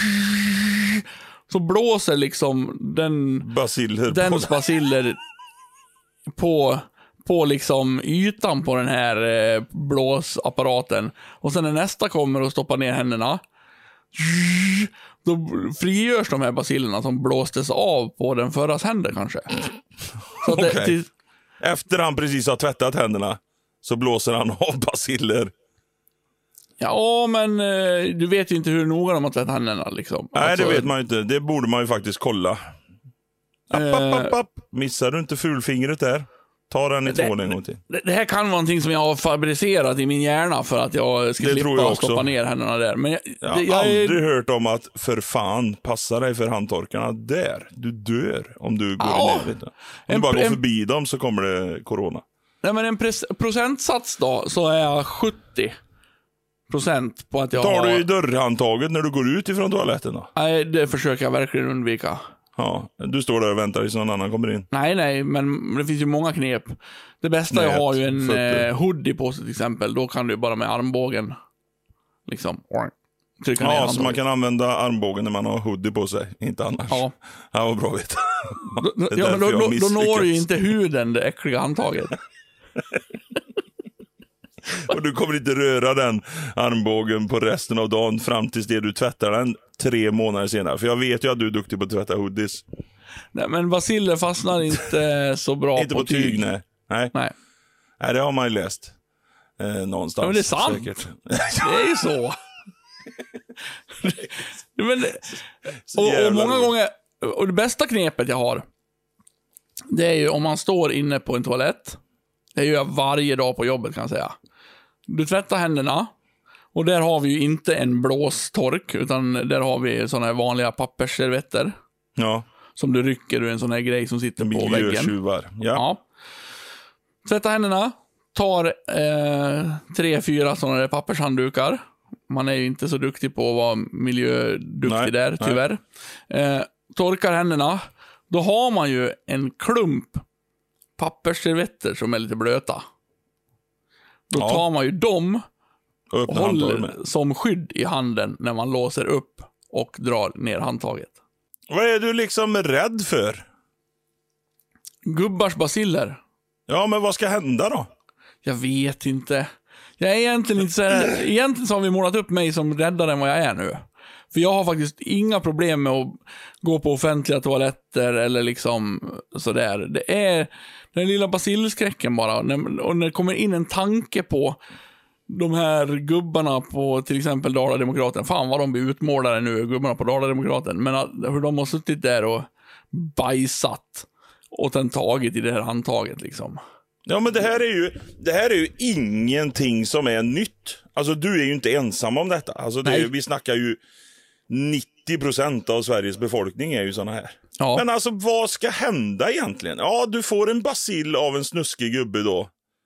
Så blåser liksom den... Basiller den på sig. basiller på, på liksom ytan på den här eh, blåsapparaten. Och sen när nästa kommer och stoppar ner händerna, då frigörs de här basillerna som blåstes av på den förras händer kanske. Så att det, Okej. till, Efter han precis har tvättat händerna så blåser han av basiller. ja, men eh, du vet ju inte hur noga de har tvättat händerna liksom. Nej, Alltså, det vet man ju inte. Det borde man ju faktiskt kolla. App, app, app, app. Missar du inte fulfingret där? Ta den i Det- tvål en gång till. Det, det här kan vara någonting som jag har fabricerat i min hjärna för att jag ska Det slippa tror jag också. stoppa ner händerna där. Men jag, Jag har det, jag är- aldrig hört om att för fan, passa dig för handtorkarna där. Du dör om du går Ja. i närheten. Om du En- bara går en- förbi dem så kommer det corona. Nej, men en pres- procentsats då, så är jag sjuttio procent på att jag Tar har... du i dörrhandtaget när du går ut ifrån toaletten då? Nej, det försöker jag verkligen undvika. Ja, du står där och väntar tills någon annan kommer in. Nej, nej, men det finns ju många knep. Det bästa jag Nät, har ju en fötter. eh, hoodie på sig till exempel. Då kan du bara med armbågen liksom trycka ner Ja, så handtaget. man kan använda armbågen när man har hoodie på sig, inte annars. Ja. Ja, vad bra vet. Då, Det är ja, men därför då, jag då, då når du ju misslyckats. inte huden, det äckliga handtaget. Och du kommer inte röra den armbågen på resten av dagen fram tills det du tvättar den tre månader senare. För jag vet ju att du är duktig på att tvätta hoodies. Nej, men basiller fastnar inte så bra Inte på tyg, nej. nej. Nej, Nej, det har man ju läst. Eh, någonstans. Ja, men det är sant. Säkert. det är ju så. men, Så och, och jävla många roligt. gånger, och det bästa knepet jag har, det är ju om man står inne på en toalett. Det gör jag varje dag på jobbet kan jag säga. Du tvättar händerna. Och där har vi ju inte en blåstork, utan där har vi såna här vanliga pappersservetter. Ja. Som du rycker ur en sån här grej som sitter på väggen. Miljötjuvar. Ja. Ja. Tvätta händerna. Tar eh, tre, fyra sådana där pappershanddukar. Man är ju inte så duktig på att vara miljöduktig Nej, där, tyvärr. Eh, torkar händerna. Då har man ju en klump pappersservetter som är lite blöta. Då Ja. tar man ju dem Och och öppna handtaget håller med. som skydd i handen när man låser upp och drar ner handtaget. Vad är du liksom rädd för? Gubbars baciller. Ja, men vad ska hända då? Jag vet inte. Jag är egentligen inte så här, egentligen så har vi målat upp mig som räddare än vad jag är nu. För jag har faktiskt inga problem med att gå på offentliga toaletter eller liksom sådär. Det är den lilla basilskräcken bara. När, och när det kommer in en tanke på de här gubbarna på till exempel Dala-Demokraten. Fan vad de blir utmålade nu, gubbarna på Dala-Demokraten. Men att, hur de har suttit där och bajsat och sen tagit i det här handtaget liksom. Ja, men det här är ju det här är ju ingenting som är nytt. Alltså du är ju inte ensam om detta. Alltså det är, vi snackar ju nittio procent av Sveriges befolkning är ju såna här. Ja. Men alltså vad ska hända egentligen? Ja, du får en bacill av en snuskig gubbe då.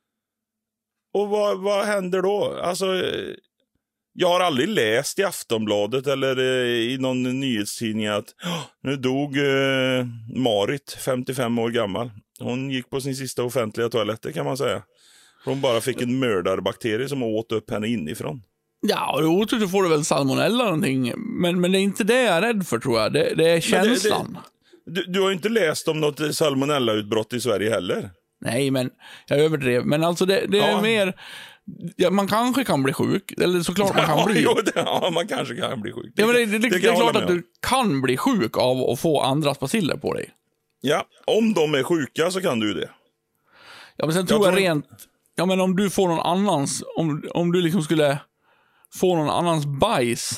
Och vad, vad händer då? Alltså jag har aldrig läst i Aftonbladet eller i någon nyhetstidning att nu dog eh, Marit, femtiofem år gammal. Hon gick på sin sista offentliga toalett kan man säga. Hon bara fick en mördarbakterie som åt upp henne inifrån. Ja, och otur så får du väl salmonella någonting. Men, men det är inte det jag är rädd för tror jag. Det, det är känslan. Det, det, du, du har ju inte läst om något salmonella-utbrott i Sverige heller. Nej, men jag överdrev. Men alltså det, det är Ja. mer... Ja, man kanske kan bli sjuk. Eller såklart man kan Ja, bli. jo, det, ja, man kanske kan bli sjuk. Ja, men det, det, det, kan det är jag klart hålla att med du kan bli sjuk av att få andras baciller på dig. Ja, om de är sjuka så kan du det. Ja, men sen tror jag, tror- rent... Ja, men om du får någon annans... Om, om du liksom skulle få någon annans bajs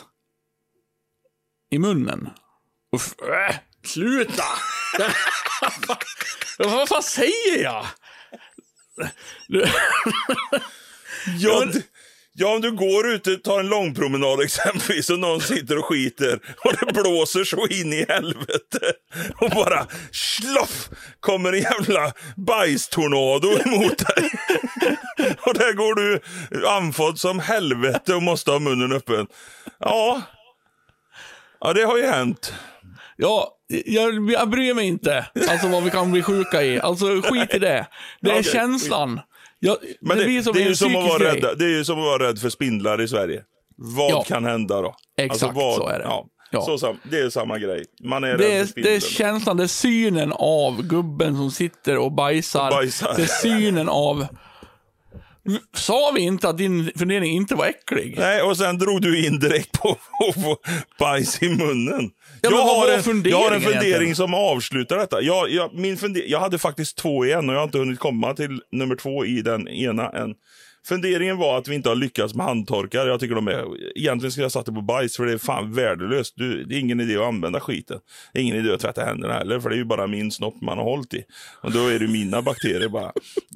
i munnen. Uff, äh, sluta! Vad fan säger jag? Du, Ja, d- ja, om du går ut och tar en lång promenad exempelvis och någon sitter och skiter och det blåser så in i helvete och bara sloff kommer en jävla bajstornado emot dig. Och där går du andfådd som helvete och måste ha munnen öppen. Ja, ja det har ju hänt. ja, jag, jag bryr mig inte. Alltså vad vi kan bli sjuka i. Alltså skit i det. Det är Okej. känslan. Jag, Men det, blir som det, är en ju som att psykisk vara grej. rädd, det är ju som att vara rädd för spindlar i Sverige. Vad Ja. kan hända då? Exakt, vad, så är det. Ja, Ja. Så sam, det är samma grej. Man är Det rädd för är, det spindeln. är känslan, det är synen av gubben som sitter och bajsar. Och bajsar. Det är synen av... Sa vi inte att din fundering inte var äcklig? Nej, och sen drog du in direkt på, på, på bajs i munnen. Ja, men jag, vad har var en, funderingen jag har en fundering egentligen? som avslutar detta. Jag, jag, min funder, jag hade faktiskt två igen och jag har inte hunnit komma till nummer två i den ena än. Funderingen var att vi inte har lyckats med handtorkar. Jag tycker de är... Egentligen skulle jag satt det på bajs för det är fan värdelöst. Du, det är ingen idé att använda skiten. Det är ingen idé att tvätta händerna heller för det är ju bara min snopp man har hållit i. Och då är det mina bakterier bara...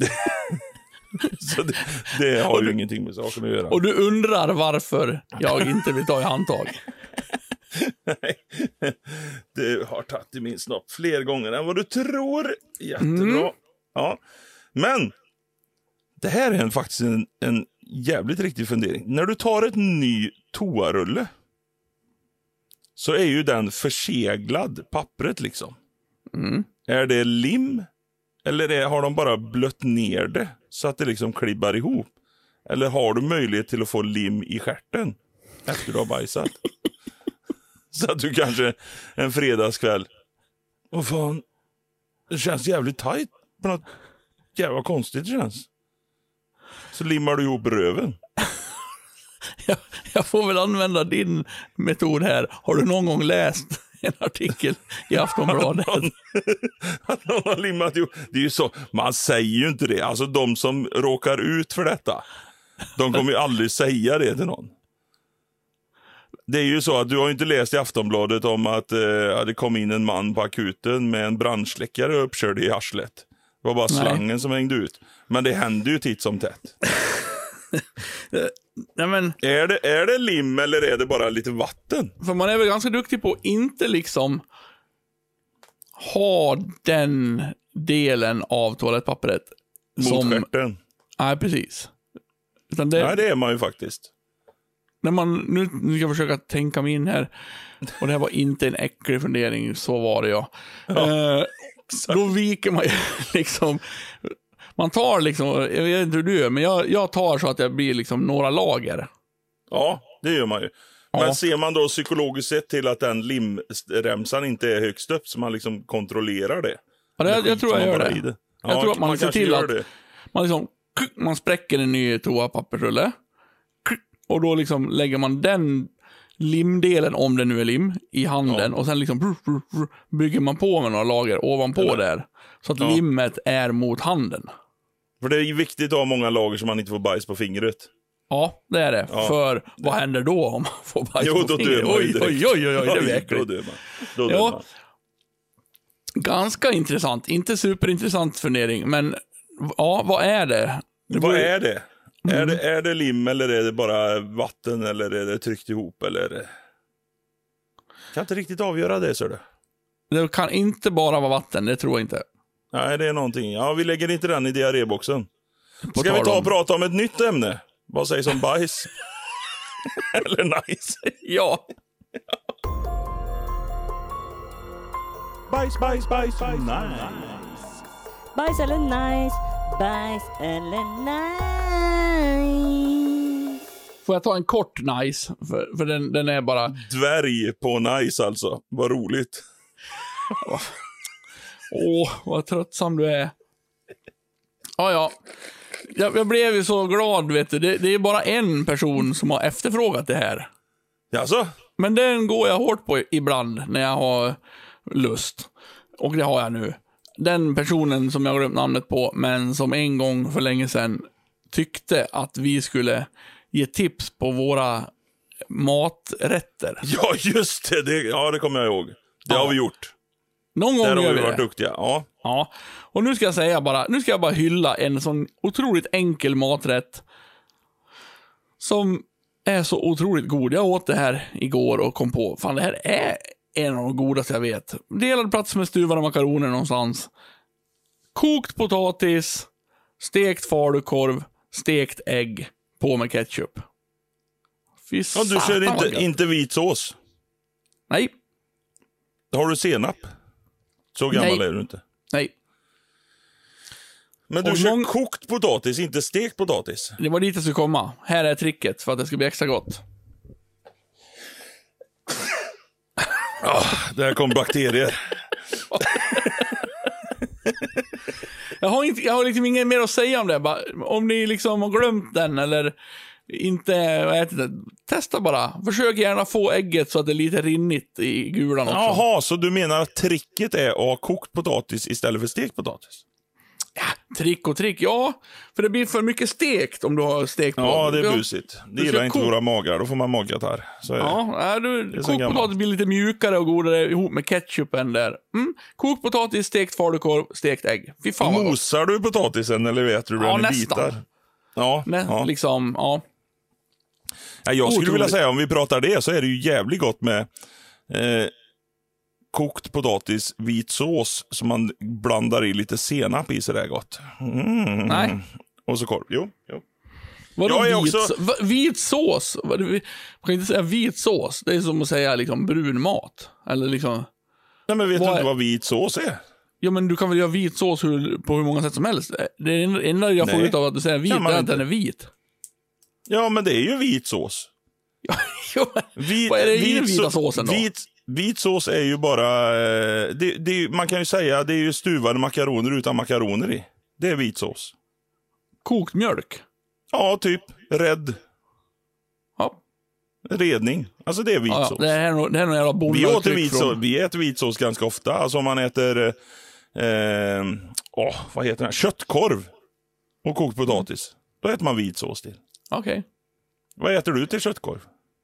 Så det, det har ju du, ingenting med saken att göra. Och du undrar varför jag inte vill ta i handtag. Nej, det har tagit i min snopp fler gånger än vad du tror. Jättebra. Mm. Ja. Men det här är en, faktiskt en, en jävligt riktig fundering. När du tar ett ny toarulle så är ju den förseglad, pappret liksom. Mm. Är det lim eller är, har de bara blött ner det så att det liksom klibbar ihop? Eller har du möjlighet till att få lim i stjärten efter du har bajsat? Så att du kanske en fredagskväll... Åh fan, det känns jävligt tajt på något jävla konstigt det känns. Så limmar du ihop röven. Jag, jag får väl använda din metod här. Har du någon gång läst en artikel i Aftonbladet? Att någon har limmat ihop. Det är ju så, man säger ju inte det. Alltså de som råkar ut för detta, de kommer ju aldrig säga det till någon. Det är ju så att du har inte läst i Aftonbladet om att eh, det kom in en man på akuten med en brandsläckare och uppkörde i arslet. Det var bara Nej. slangen som hängde ut. Men det händer ju titt som tätt. Nej, men, Är det, är det lim eller är det bara lite vatten? för man är väl ganska duktig på att inte liksom ha den delen av toalettpappret Mot som... stjärten? Nej, precis. Utan det, Nej, det är man ju faktiskt. när man, nu, nu ska jag försöka tänka mig in här. Och det här var inte en äcklig fundering, så var det ja. eh, Då viker man ju liksom... Man tar liksom, jag vet inte hur du gör, men jag, jag tar så att det blir liksom några lager. Ja, det gör man ju. Ja. Men ser man då psykologiskt sett till att den limremsan inte är högst upp, så man liksom kontrollerar det? Ja, det, jag, Eller jag tror jag skiter gör man bara det. i det? Jag Ja, tror att man, ser kanske till gör att det. man liksom, man spräcker en ny toapappersrulle. Och då liksom lägger man den limdelen, om det nu är lim, i handen. Ja. Och sen liksom bygger man på med några lager ovanpå Eller- där. Så att Ja. limmet är mot handen. För det är ju viktigt att ha många lager så man inte får bajs på fingret. Ja, det är det. Ja. För vad händer då om man får bajs Jo, på då fingret? dör man ju Oj, direkt. oj, oj, oj, oj, det är Då äckligt. dör man. Då dör Ja. man. Ganska intressant. Inte superintressant fundering, men ja, vad är det? det Vad beror- är det? Mm. Är det? Är det lim eller är det bara vatten eller är det tryckt ihop eller? Kan inte riktigt avgöra det, så du. Det kan inte bara vara vatten, det tror jag inte. Nej, det är någonting. Ja, vi lägger inte den i diarréboxen. På Ska vi tal ta om- och prata om ett nytt ämne? Vad sägs om bajs? Eller nice? Ja. Bajs, bajs, bajs, nice. Bajs eller nice, bajs eller nice. Får jag ta en kort nice? För, för den, den är bara... Dvärg på nice alltså. Vad roligt. Åh, vad tröttsam du är. Ja, ja. Jag, jag blev ju så glad, vet du. Det, det är bara en person som har efterfrågat det här. Jaså? Men den går jag hårt på ibland när jag har lust. Och det har jag nu. Den personen som jag har glömt namnet på, men som en gång för länge sedan tyckte att vi skulle ge tips på våra maträtter. Ja, just det. det ja, det kommer jag ihåg. Det Ja. har vi gjort. Någon gång Där har gör vi vi varit det. duktiga. Ja. Ja, och nu ska jag säga bara, nu ska jag bara hylla en sån otroligt enkel maträtt som är så otroligt god. Jag åt det här igår och kom på, fan det här är en av de godaste jag vet. Delad plats med stuvade makaroner någonstans. Kokt potatis, stekt falukorv, stekt ägg, på med ketchup. Fy Ja, du satan, kör vad inte, gött. inte vit sås. Nej, Har du senap? Så gammal Nej. är du inte. nej. Men du Och kör någon- kokt potatis, inte stekt potatis. Det var dit jag skulle komma. Här är tricket för att det ska bli extra gott. Där kom bakterier. Jag har, inte, jag har liksom inget mer att säga om det. Bara, om ni liksom har glömt den eller inte ätit det, testa bara. Försök gärna få ägget så att det är lite rinnigt i gulan också. Jaha, så du menar att tricket är att ha kokt potatis istället för stekt potatis? Trick och trick, ja. För det blir för mycket stekt om du har stekt Ja, potatis. det är busigt. Det Du gillar ska inte ko- våra magar. Då får man magkatarr. Så är det. Ja, nej, du, är så kokt gammalt. potatis blir lite mjukare och godare ihop med ketchupen där. Mm. Kokt potatis, stekt falukorv, stekt ägg. Fy fan vad gott. Mosar du potatisen eller vet du den Ja, i nästan. bitar? Ja, Nej, ja. liksom, ja. ja. Jag skulle vilja Otroligt. säga, om vi pratar det, så är det ju jävligt gott med eh, kokt potatis, vit sås som man blandar i lite senap i, så där gott. Mm. Nej. Och så korv. Jo, jo. Vadå Jag är vit, också- så- va- vit sås? Vad- Man kan inte säga vit sås. Det är som att säga liksom brun mat. Eller liksom... Nej, men vet Vad du är- inte vad vit sås är? Ja, men du kan väl göra vit sås hur, på hur många sätt som helst. Det är det enda jag får Nej. ut av att du säger vit, Kan man är att inte. den är vit. Ja, men det är ju vit sås. Ja, Vit, vad är det i den vit vita så- såsen då? Vit, vit sås är ju bara... Eh, det, det, är ju- man kan ju säga det är ju stuvade makaroner utan makaroner i. Det är vit sås. Kokt mjölk. Ja, typ. Rädd. Ja, Redning. Alltså det är vit ja, ja. sås. Det här är nog, det här är nog jävla Vi, bollar åt vit sås, vi äter vit sås ganska ofta. Alltså om man äter... Eh, åh, vad heter det? Köttkorv. Och kokt potatis. Då äter man vit sås till. Okej. Vad äter du till köttkorv?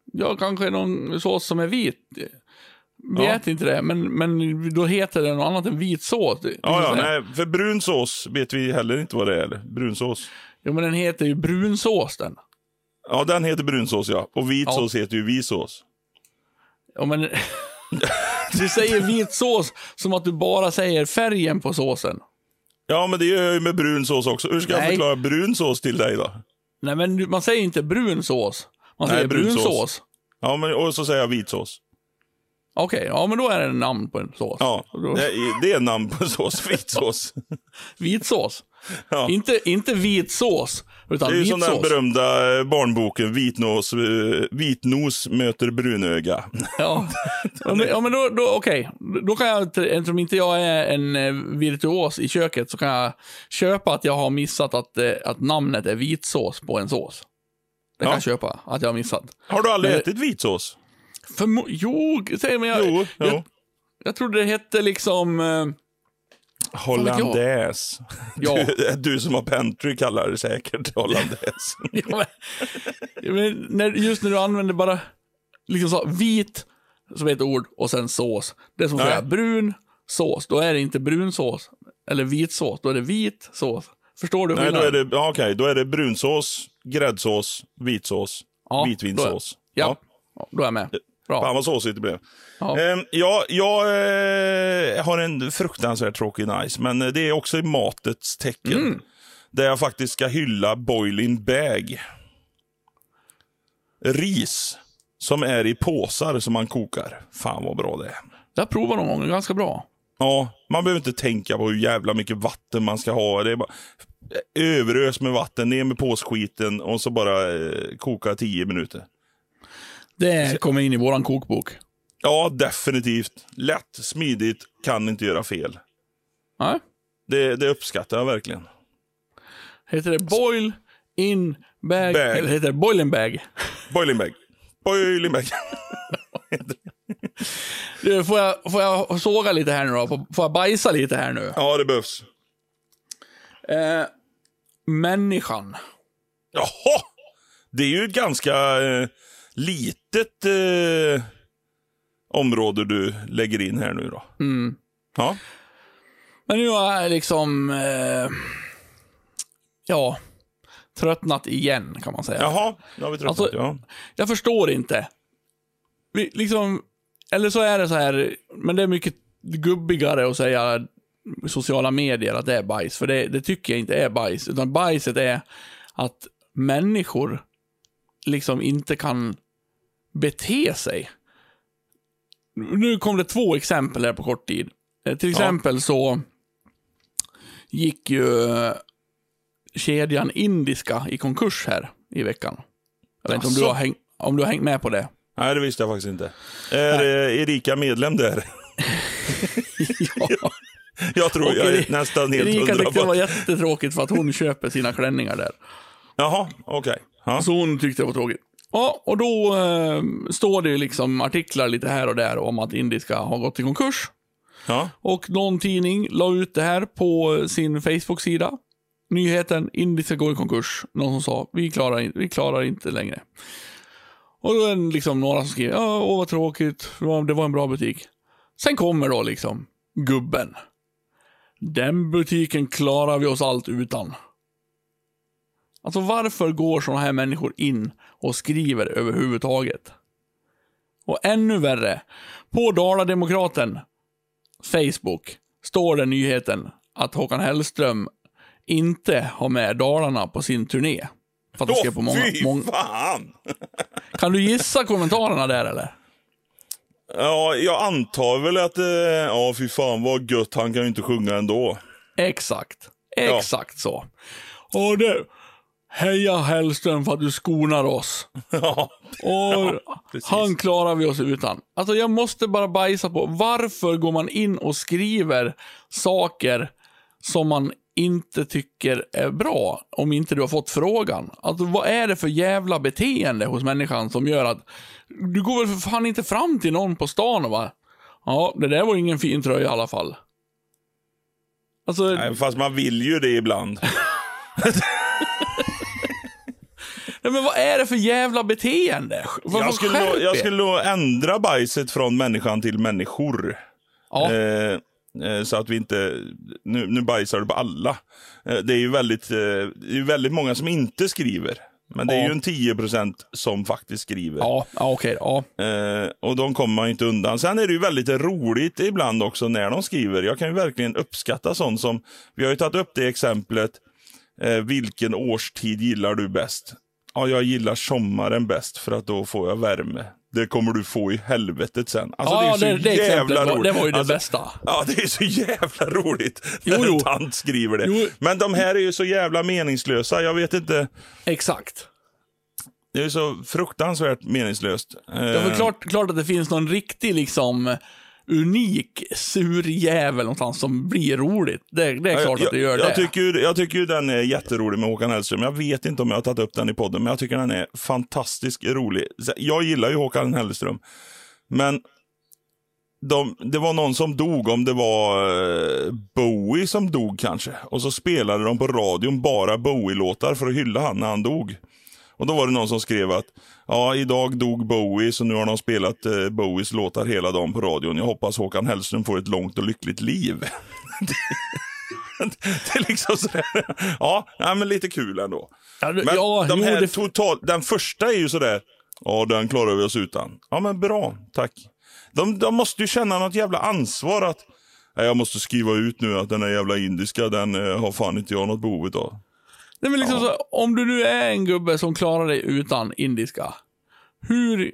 Ja, kanske någon sås som är vit. Vi Ja. äter inte det, men, men då heter det något annat än vit sås. Det, Ja, ja, det nej, för brun sås vet vi heller inte vad det är. Eller? Brunsås. Ja, men den heter ju brunsås den. Ja, den heter brunsås, ja. Och vit Ja. sås heter ju vitsås. Ja, men du säger vit sås som att du bara säger färgen på såsen. Ja, men det gör jag ju med brun sås också. Hur ska jag Nej. förklara brun sås till dig då? Nej, men du- man säger inte brun sås. Man Nej, säger brunsås. brunsås. Ja, men och så säger jag vitsås. Okej, ja men då är det en namn på en sås. Ja, Och då, det är, det är namn på sås, vitsås. vitsås. Ja. Inte, inte vitsås, utan Det är ju som den vitsås. berömda eh, barnboken Vitnos, eh, Vitnos möter brunöga. Ja, ja men, ja, men då, då okej. Då kan jag, eftersom inte jag är en eh, virtuos i köket, så kan jag köpa att jag har missat att, eh, att namnet är vitsås på en sås. Det kan Ja. jag köpa, att jag har missat. Har du aldrig Men- ätit vitsås? För, jo, säg men jag, Jo, jo. jag, jag trodde det hette liksom... Eh, Hollandaise. Ja. Du, du som har Pentry kallar det säkert hollandaise. ja, men, ja, men när, just när du använder bara liksom så, vit, som är ett ord, och sen sås. Det är som att Nej. säga brun sås, då är det inte brun sås. Eller vit sås, då är det vit sås. Förstår du Nej, då skillnaden? är det, ja, okej, då är det brunsås, gräddsås, vitsås, Ja, vitvinsås. Då är, ja, ja, då är jag med. Fan Bra. vad såsigt det blev. Ja. Ehm, ja, jag eh, har en fruktansvärt tråkig nice, men det är också i matets tecken. Mm. Där jag faktiskt ska hylla boiling bag. Ris som är i påsar som man kokar. Fan vad bra det är. Jag provar någon gång, det är ganska bra. Ja, man behöver inte tänka på hur jävla mycket vatten man ska ha. Det är bara överös med vatten, ner med påsskiten och så bara eh, koka tio minuter. Det kommer in i våran kokbok. Ja, definitivt. Lätt, smidigt, kan inte göra fel. Nej. Det, det uppskattar jag verkligen. Heter det boil in bag, Bag. eller heter det boil in bag? Boiling bag. Boiling bag. Du, får, jag, får jag såga lite här nu då? Får får jag bajsa lite här nu? Ja, det behövs. Eh, människan. Jaha! Det är ju ett ganska eh, litet eh, område du lägger in här nu då. Mm. Ja. Men nu har jag liksom, eh, ja, tröttnat igen kan man säga. Jaha, nu har vi tröttnat. Alltså- ja. Jag förstår inte. Vi, liksom, eller så är det så här, men det är mycket gubbigare att säga i sociala medier att det är bajs. För det, det tycker jag inte är bajs. Utan bajset är att människor liksom inte kan bete sig. Nu kom det två exempel här på kort tid. Eh, Till exempel så gick ju eh, kedjan Indiska i konkurs här i veckan. Jag vet inte om du, Asså? har häng, om du har hängt med på det. Nej, det visste jag faktiskt inte. Är eh, Erika medlem där? Ja. Jag tror Och jag är Eri- nästan helt Erika hundra tyckte det på. var jättetråkigt för att hon köper sina klänningar där. Jaha, okej. Ja. Så hon tyckte det var tråkigt. Ja, och då eh, står det ju liksom artiklar lite här och där om att Indiska har gått i konkurs. Ja. Och någon tidning la ut det här på sin Facebook-sida. Nyheten, Indiska går i konkurs. Någon som sa, vi klarar, in, vi klarar inte längre. Och då är det liksom några som skriver, ja, åh vad tråkigt, det var, det var en bra butik. Sen kommer då liksom gubben. Den butiken klarar vi oss allt utan. Alltså varför går såna här människor in och skriver överhuvudtaget? Och ännu värre, på Dala-Demokraten Facebook står det nyheten att Håkan Hellström inte har med Dalarna på sin turné. För att de ska Åh, på många, fy många... fan! Kan du gissa kommentarerna där eller? Ja, jag antar väl att, eh, ja fy fan vad gött, han kan ju inte sjunga ändå. Exakt. Exakt så. Och det... Heja Hellström för att du skonar oss. Ja, Och precis. han klarar vi oss utan. Alltså jag måste bara bajsa på. Varför går man in och skriver saker som man inte tycker är bra om inte du har fått frågan? Alltså vad är det för jävla beteende hos människan som gör att du går väl för fan inte fram till någon på stan och bara, ja, det där var ingen fin tröja i alla fall. Alltså, Nej, fast man vill ju det ibland. Nej, men vad är det för jävla beteende? Vad, jag, skulle nog, jag skulle nog ändra bajset från människan till människor. Ja. Eh, eh, så att vi inte... Nu, nu bajsar du på alla. Eh, det är ju väldigt, eh, det är väldigt många som inte skriver. Men det är ja. ju en tio procent som faktiskt skriver. Ja, ja okej. Ja. Eh, och de kommer man inte undan. Sen är det ju väldigt roligt ibland också när de skriver. Jag kan ju verkligen uppskatta sånt som... Vi har ju tagit upp det exemplet. Eh, vilken årstid gillar du bäst? Ja, jag gillar sommaren bäst för att då får jag värme. Det kommer du få i helvetet sen. Alltså, Ja, det är så det, det jävla var, roligt. det var ju det alltså, bästa. Ja, det är så jävla roligt när Jo, jo. en tant skriver det. Jo. Men de här är ju så jävla meningslösa. Jag vet inte. Exakt. Det är så fruktansvärt meningslöst. Ja, för klart, klart att det finns någon riktig liksom unik surjävel någonstans som blir roligt. Det, det är klart jag, att det gör jag det. Tycker, jag tycker ju den är jätterolig med Håkan Hellström. Jag vet inte om jag har tagit upp den i podden, men jag tycker den är fantastiskt rolig. Jag gillar ju Håkan Hellström. Men de, det var någon som dog, om det var eh, Bowie som dog kanske. Och så spelade de på radion bara Bowie-låtar för att hylla han när han dog. Och då var det någon som skrev att ja, idag dog Bowie, så nu har de spelat eh, Bowies låtar hela dagen på radion. Jag hoppas Håkan Hellström får ett långt och lyckligt liv. det, det är liksom sådär. Ja, nej, men lite kul ändå. Ja, men ja, de jo, här det... total, den första är ju sådär, ja, den klarar vi oss utan. Ja, men bra, tack. De, de måste ju känna något jävla ansvar att nej, jag måste skriva ut nu att den här jävla indiska, den eh, har fan inte jag något behov av. Nej, men liksom Ja. så, om du nu är en gubbe som klarar dig utan indiska, hur,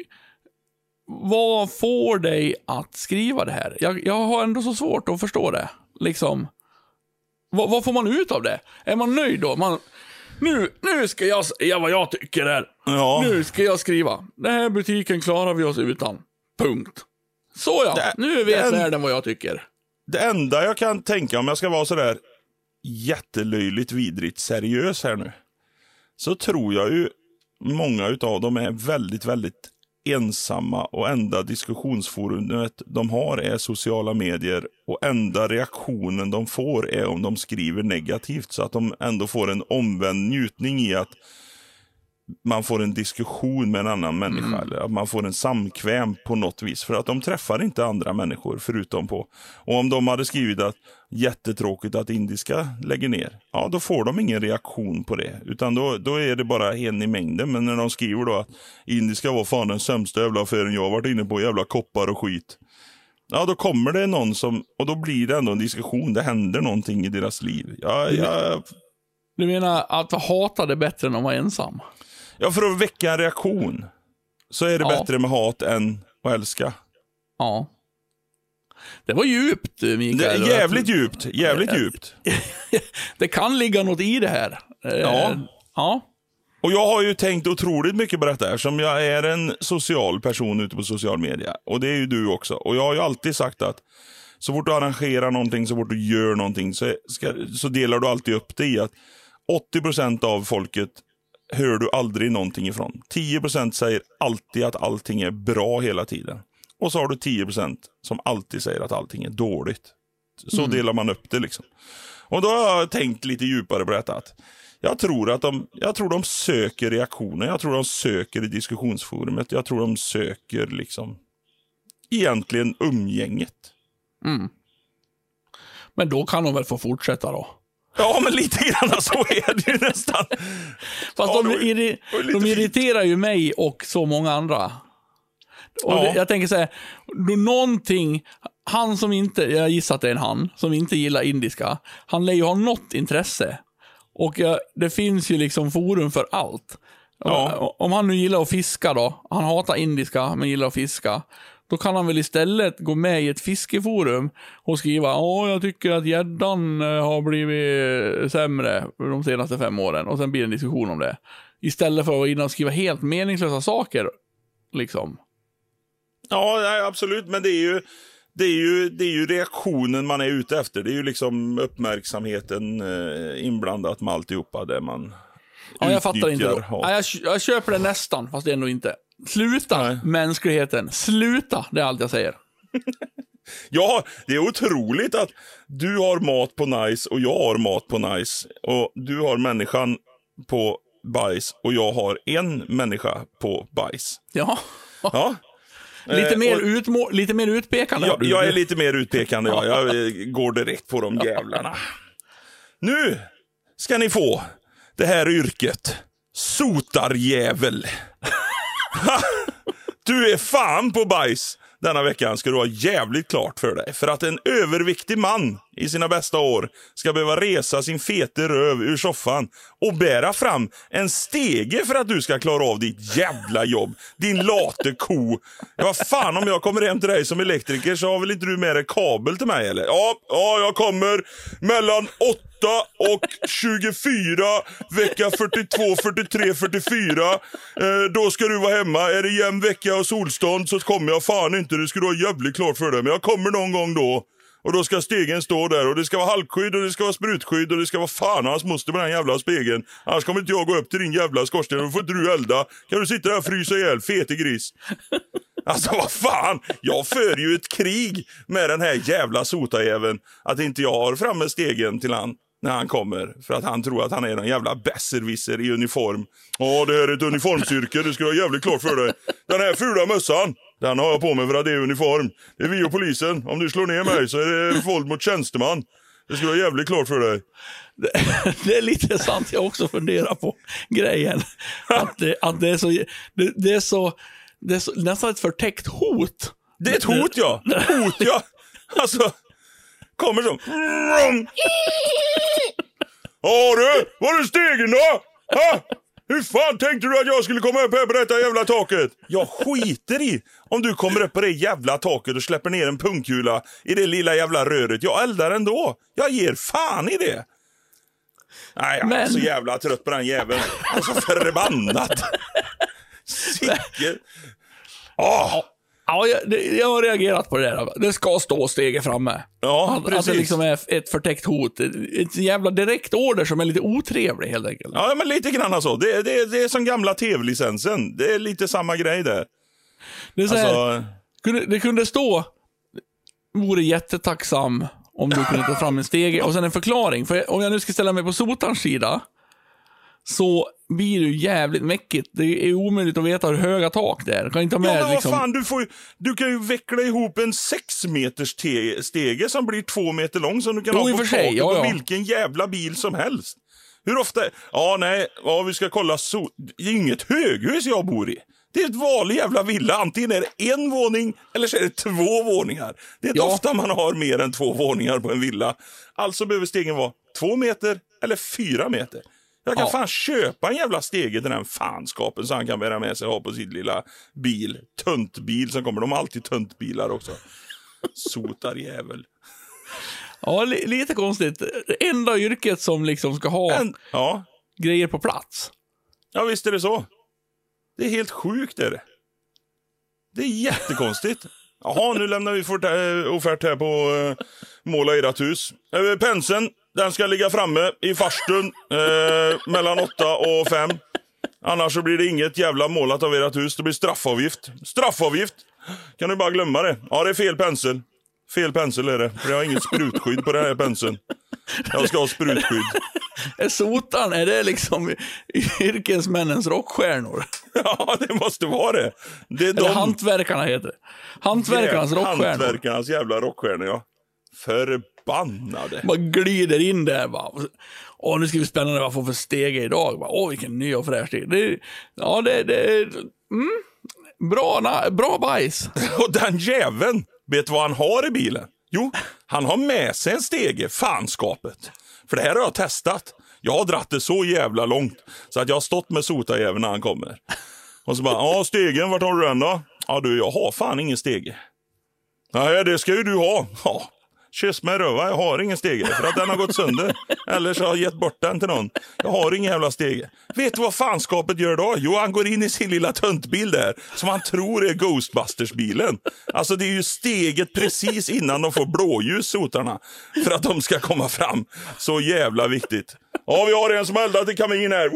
vad får dig att skriva det här? Jag, jag har ändå så svårt att förstå det. Liksom, vad, vad får man ut av det? Är man nöjd då? Man, nu, nu ska jag säga vad jag tycker här. Ja. Nu ska jag skriva. Den här butiken klarar vi oss utan. Punkt. Så ja, Det- nu vet den- världen vad jag tycker. Det enda jag kan tänka, om jag ska vara sådär jättelöjligt vidrigt seriös här nu, så tror jag ju många utav dem är väldigt, väldigt ensamma, och enda diskussionsforumet de har är sociala medier, och enda reaktionen de får är om de skriver negativt, så att de ändå får en omvänd njutning i att man får en diskussion med en annan människa, mm. eller att man får en samkväm på något vis, för att de träffar inte andra människor förutom på. Och om de hade skrivit att jättetråkigt att indiska lägger ner, ja, då får de ingen reaktion på det, utan då, då är det bara en i mängden. Men när de skriver då att indiska var fan den sämsta jävla affären jag har varit inne på, jävla koppar och skit, ja, då kommer det någon som, och då blir det ändå en diskussion, det händer någonting i deras liv. Ja, ja, Du menar att hata det bättre än att vara ensam? ja, för att väcka en reaktion så är det Ja. bättre med hat än att älska. Ja. Det var djupt, Mikael. Det är jävligt djupt, jävligt djupt. Det kan ligga något i det här. Eh, Ja. Ja. Och jag har ju tänkt otroligt mycket på detta här, som jag är en social person ute på social media. Och det är ju du också. Och jag har ju alltid sagt att så fort du arrangerar någonting, så fort du gör någonting, så, ska, så delar du alltid upp det i att åttio procent av folket hör du aldrig någonting ifrån. tio procent säger alltid att allting är bra hela tiden. Och så har du tio procent som alltid säger att allting är dåligt. Så mm. delar man upp det liksom. Och då har jag tänkt lite djupare på detta. Att jag tror att de, jag tror de söker reaktioner. Jag tror de söker i diskussionsforumet. Jag tror de söker liksom egentligen umgänget. Mm. Men då kan de väl få fortsätta då? Ja, men lite grann så är det ju nästan. Fast Ja, de, det var- irri- det var lite de irriterar ju mig och så många andra. Och Ja. det, jag tänker så här, då någonting, han som inte, jag gissar att det är en han, som inte gillar indiska, han lär ju ha något intresse. Och ja, det finns ju liksom forum för allt. Ja. Och, om han nu gillar att fiska då, han hatar indiska men gillar att fiska, då kan han väl istället gå med i ett fiskeforum och skriva, ja, jag tycker att gäddan eh, har blivit sämre de senaste fem åren. Och sen blir det en diskussion om det. Istället för att vara inne och skriva helt meningslösa saker, liksom. Ja, nej, absolut. Men det är ju det är ju det är ju reaktionen man är ute efter. Det är ju liksom uppmärksamheten eh, inblandat med alltihopa där man Ja, jag fattar inte då. utnyttjar hat. Ja, jag, jag köper det nästan, fast det är ändå inte. Sluta, Nej. mänskligheten. Sluta, det är allt jag säger. Ja, det är otroligt att du har mat på Nice och jag har mat på Nice. Och du har människan på bajs och jag har en människa på bajs. Ja. Ja. Lite, Eh, mer och- utmo- lite mer utpekande. Jag, har du. jag är lite mer utpekande, ja. Jag eh, går direkt på de jävlarna. Nu ska ni få det här yrket. Sotarjävel. Ha! Du är fan på bajs. Denna veckan ska du ha jävligt klart för dig. För att en överviktig man i sina bästa år ska behöva resa sin fete röv ur soffan och bära fram en stege för att du ska klara av ditt jävla jobb. Din late ko. Ja, vad fan, om jag kommer hem till dig som elektriker så har väl inte du med dig kabel till mig, eller? Ja, ja jag kommer mellan åtta och tjugofyra, vecka fyrtiotvå, fyrtiotre, fyrtiofyra. Eh, då ska du vara hemma. Är det jämn vecka och solstånd så kommer jag fan inte. Det ska du ha jävligt klart för dig. Men jag kommer någon gång då. Och då ska stegen stå där. Och det ska vara halkskydd och det ska vara sprutskydd. Och det ska vara fan hans moster på den jävla spegeln. Annars kommer inte jag gå upp till din jävla skorsten. Och då får inte du elda. Kan du sitta där och frysa ihjäl, fete gris? Alltså vad fan, jag för ju ett krig med den här jävla sotajäveln. Att inte jag har framme stegen till han när han kommer. För att han tror att han är en jävla besserwisser i uniform. Ja, det här är ett uniformsyrke, det ska vara jävligt klart för dig. Den här fula mössan, den har jag på mig för att det är uniform. Det är vi och polisen. Om du slår ner mig så är det våld mot tjänsteman. Det ska vara jävligt klart för dig. Det är lite sant, jag också funderar på grejen. Att det, att det är så, det, det är så, det är så, nästan ett förtäckt hot. Det är ett hot, ja. Hot, ja. Alltså, kommer som... Ja du, var är stegen då? Ha? Hur fan tänkte du att jag skulle komma upp här på detta jävla taket? Jag skiter i om du kommer upp på det jävla taket och släpper ner en punkkula i det lilla jävla röret. Jag eldar ändå. Jag ger fan i det. Nej, jag är Men... så jävla trött på den jäveln. Jag är så förbannad. Sikke. Åh. Ja, jag, det, jag har reagerat på det där. Det ska stå stege framme. Ja, att, precis. att det liksom är ett förtäckt hot. Ett jävla direkt order som är lite otrevlig helt enkelt. Ja, men lite grann så. Det, det, det är som gamla tv-licensen. Det är lite samma grej där. Det, är så här, Alltså... kunde, det kunde stå, vore jättetacksam om du kunde ta fram en stege och sen en förklaring. För om jag nu ska ställa mig på sotarns sida så blir det ju jävligt mäckigt. Det är omöjligt att veta hur höga tak det är. Kan inte ha med, Ja, men vad liksom... fan, du, får ju, du kan ju veckla ihop en sex meters te- stege som blir två meter lång som du kan Jo, ha i på och för sig, taket ja, på ja. vilken jävla bil som helst. Hur ofta... Ja, nej, ja, vi ska kolla so... Det är inget höghus jag bor i. Det är ett vanligt jävla villa. Antingen är det en våning eller så är det två våningar. Det är inte Ja. ofta man har mer än två våningar på en villa. Alltså behöver stegen vara två meter eller fyra meter. Jag kan Ja. fan köpa en jävla stege till den fanskapen så han kan bära med sig och ha på sin lilla bil. Töntbil som kommer. De har alltid töntbilar också. Sotarjävel. Ja, li- lite konstigt. Det enda yrket som liksom ska ha En, ja. grejer på plats. ja, visst är det så. Det är helt sjukt är det. Det är jättekonstigt. Jaha, nu lämnar vi fort, äh, offert här på äh, måla ert hus. Äh, penseln, den ska ligga framme i farstun äh, mellan åtta och fem. Annars så blir det inget jävla målat av ert hus. Det blir straffavgift. Straffavgift! Kan du bara glömma det? Ja, det är fel pensel. Fel pensel är det. För jag har inget sprutskydd på den här penseln. Jag ska ha sprutskydd. Är sotarn, är det liksom yrkesmännens rockstjärnor? Ja, det måste vara det. Det är Eller de... hantverkarna heter det. Hantverkarnas rockstjärnor. Hantverkarnas jävla rockstjärnor, ja. Förbannade. Man glider in där bara. Åh, nu ska vi spännande vad få för stege idag. Bara, åh, vilken ny och fräsch steg. Det, ja, det, det mm, bra, na, bra bajs. Och den jäveln, vet vad han har i bilen? Jo, han har med sig en stege, fanskapet. För det här har jag testat. Jag har dratt det så jävla långt så att jag har stått med sotajäveln när han kommer. Och så bara, ja stegen, vart har du den då? Ja du, jag har fan ingen stege. Nej, det ska ju du ha. Ja, kyss mig röva, jag har ingen stege för att den har gått sönder. Eller så har jag gett bort den till någon. Jag har ingen jävla stege. Vet du vad fanskapet gör då? Jo, han går in i sin lilla töntbil där som han tror är Ghostbusters-bilen. Alltså det är ju steget precis innan de får blåljus, sotarna, för att de ska komma fram. Så jävla viktigt. Ja, vi har en som eldat i kaminen här.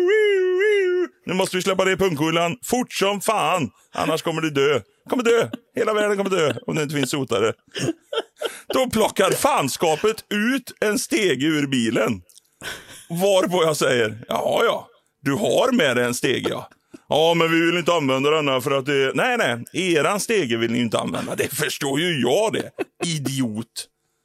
Nu måste vi släppa det i punkkulan fort som fan. Annars kommer du dö. Kommer dö. Hela världen kommer dö om det inte finns sotare. Då plockar fanskapet ut en stege ur bilen. Varpå jag säger, ja ja, Du har med dig en stege, ja. Ja, men vi vill inte använda den här för att det... Nej, nej. Eran stege vill ni inte använda. Det förstår ju jag det. Idiot.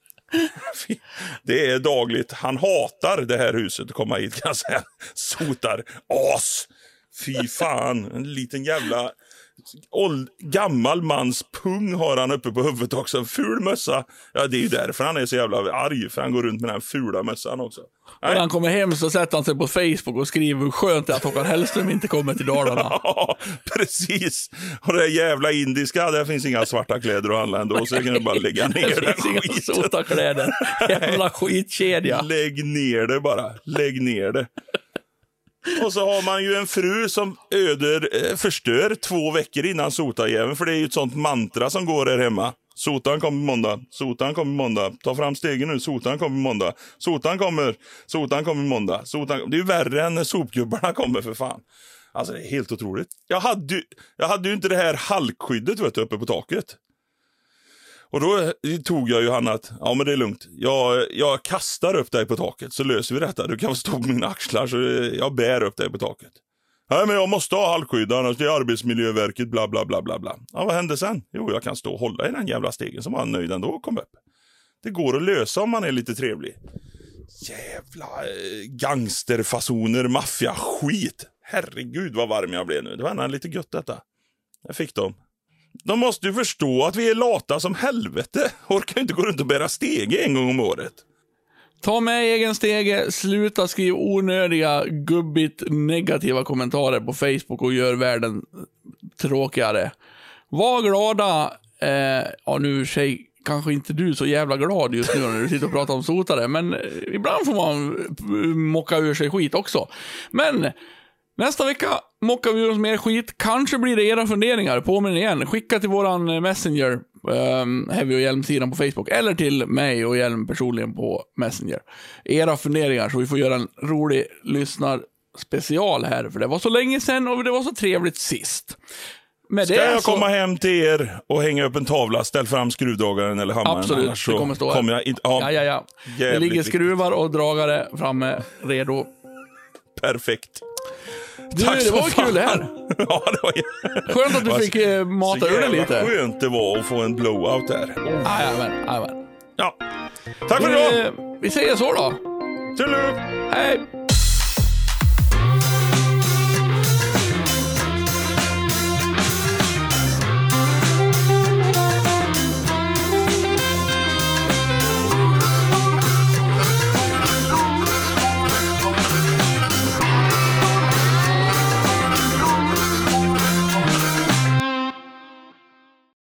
Det är dagligt. Han hatar det här huset att komma hit, kan jag säga. Sotar. As. Fy fan. En liten jävla... Old, gammal mans pung har han uppe på huvudet också. En ful mössa. Ja, det är ju därför han är så jävla arg. För han går runt med den fula mössan också. Och när han kommer hem så sätter han sig på Facebook och skriver hur skönt det är att Håkan Hellström inte kommer till Dalarna. Ja, precis. Och det jävla indiska, där finns inga svarta kläder att handla ändå. Så jag kan bara lägga ner den skiten. Sota kläder. Jävla skitkedja. Lägg ner det bara. Lägg ner det. Och så har man ju en fru som öder eh, förstör två veckor innan sotajäveln. För det är ju ett sånt mantra som går här hemma. Sotan kommer måndag, sotan kommer måndag. Ta fram stegen nu, sotan kommer måndag. Sotan kommer, sotan kommer måndag. Sotan... Det är ju värre än när sopgubbarna kommer för fan. Alltså det är helt otroligt. Jag hade, jag hade ju inte det här halkskyddet vet du, uppe på taket. Och då tog jag ju han att, ja men det är lugnt. Jag, jag kastar upp dig på taket så löser vi detta. Du kan stå på mina axlar så jag bär upp dig på taket. Nej men jag måste ha halkskydd annars det är Arbetsmiljöverket bla bla bla bla bla. Ja vad hände sen? Jo jag kan stå och hålla i den jävla stegen som var nöjd ändå och kom upp. Det går att lösa om man är lite trevlig. Jävla eh, gangsterfasoner, maffia, skit. Herregud vad varm jag blev nu. Det var ändå lite gött detta. Jag fick dem. De måste ju förstå att vi är lata som helvete. Orkar inte gå runt och bära stege en gång om året. Ta med egen stege, sluta skriva onödiga, gubbigt negativa kommentarer på Facebook och gör världen tråkigare. Var glada, eh, ja nu tjej, kanske inte du så jävla glad just nu när du sitter och pratar om sotare, men ibland får man mocka ur sig skit också. Men... nästa vecka mockar vi oss mer skit. Kanske blir det era funderingar. Påminn igen. Skicka till våran Messenger. Um, Heavy och Hjelm-sidan på Facebook. Eller till mig och Hjelm personligen på Messenger. Era funderingar så vi får göra en rolig lyssnarspecial här. För det var så länge sedan och det var så trevligt sist. Med Ska det jag så... komma hem till er och hänga upp en tavla, ställ fram skruvdragaren eller hammaren? Absolut, annars det kommer stå här. Kommer jag inte... ja, ja, ja, ja. Det ligger skruvar och dragare framme redo. Perfekt. Du, Tack det var fan. kul det här. Ja, det var skönt att du fick eh, mata ur det lite. Så skönt det var att få en blowout där. Jajamän, jajamän. Ja. Tack för idag. Vi säger så då. Tjena. Hej.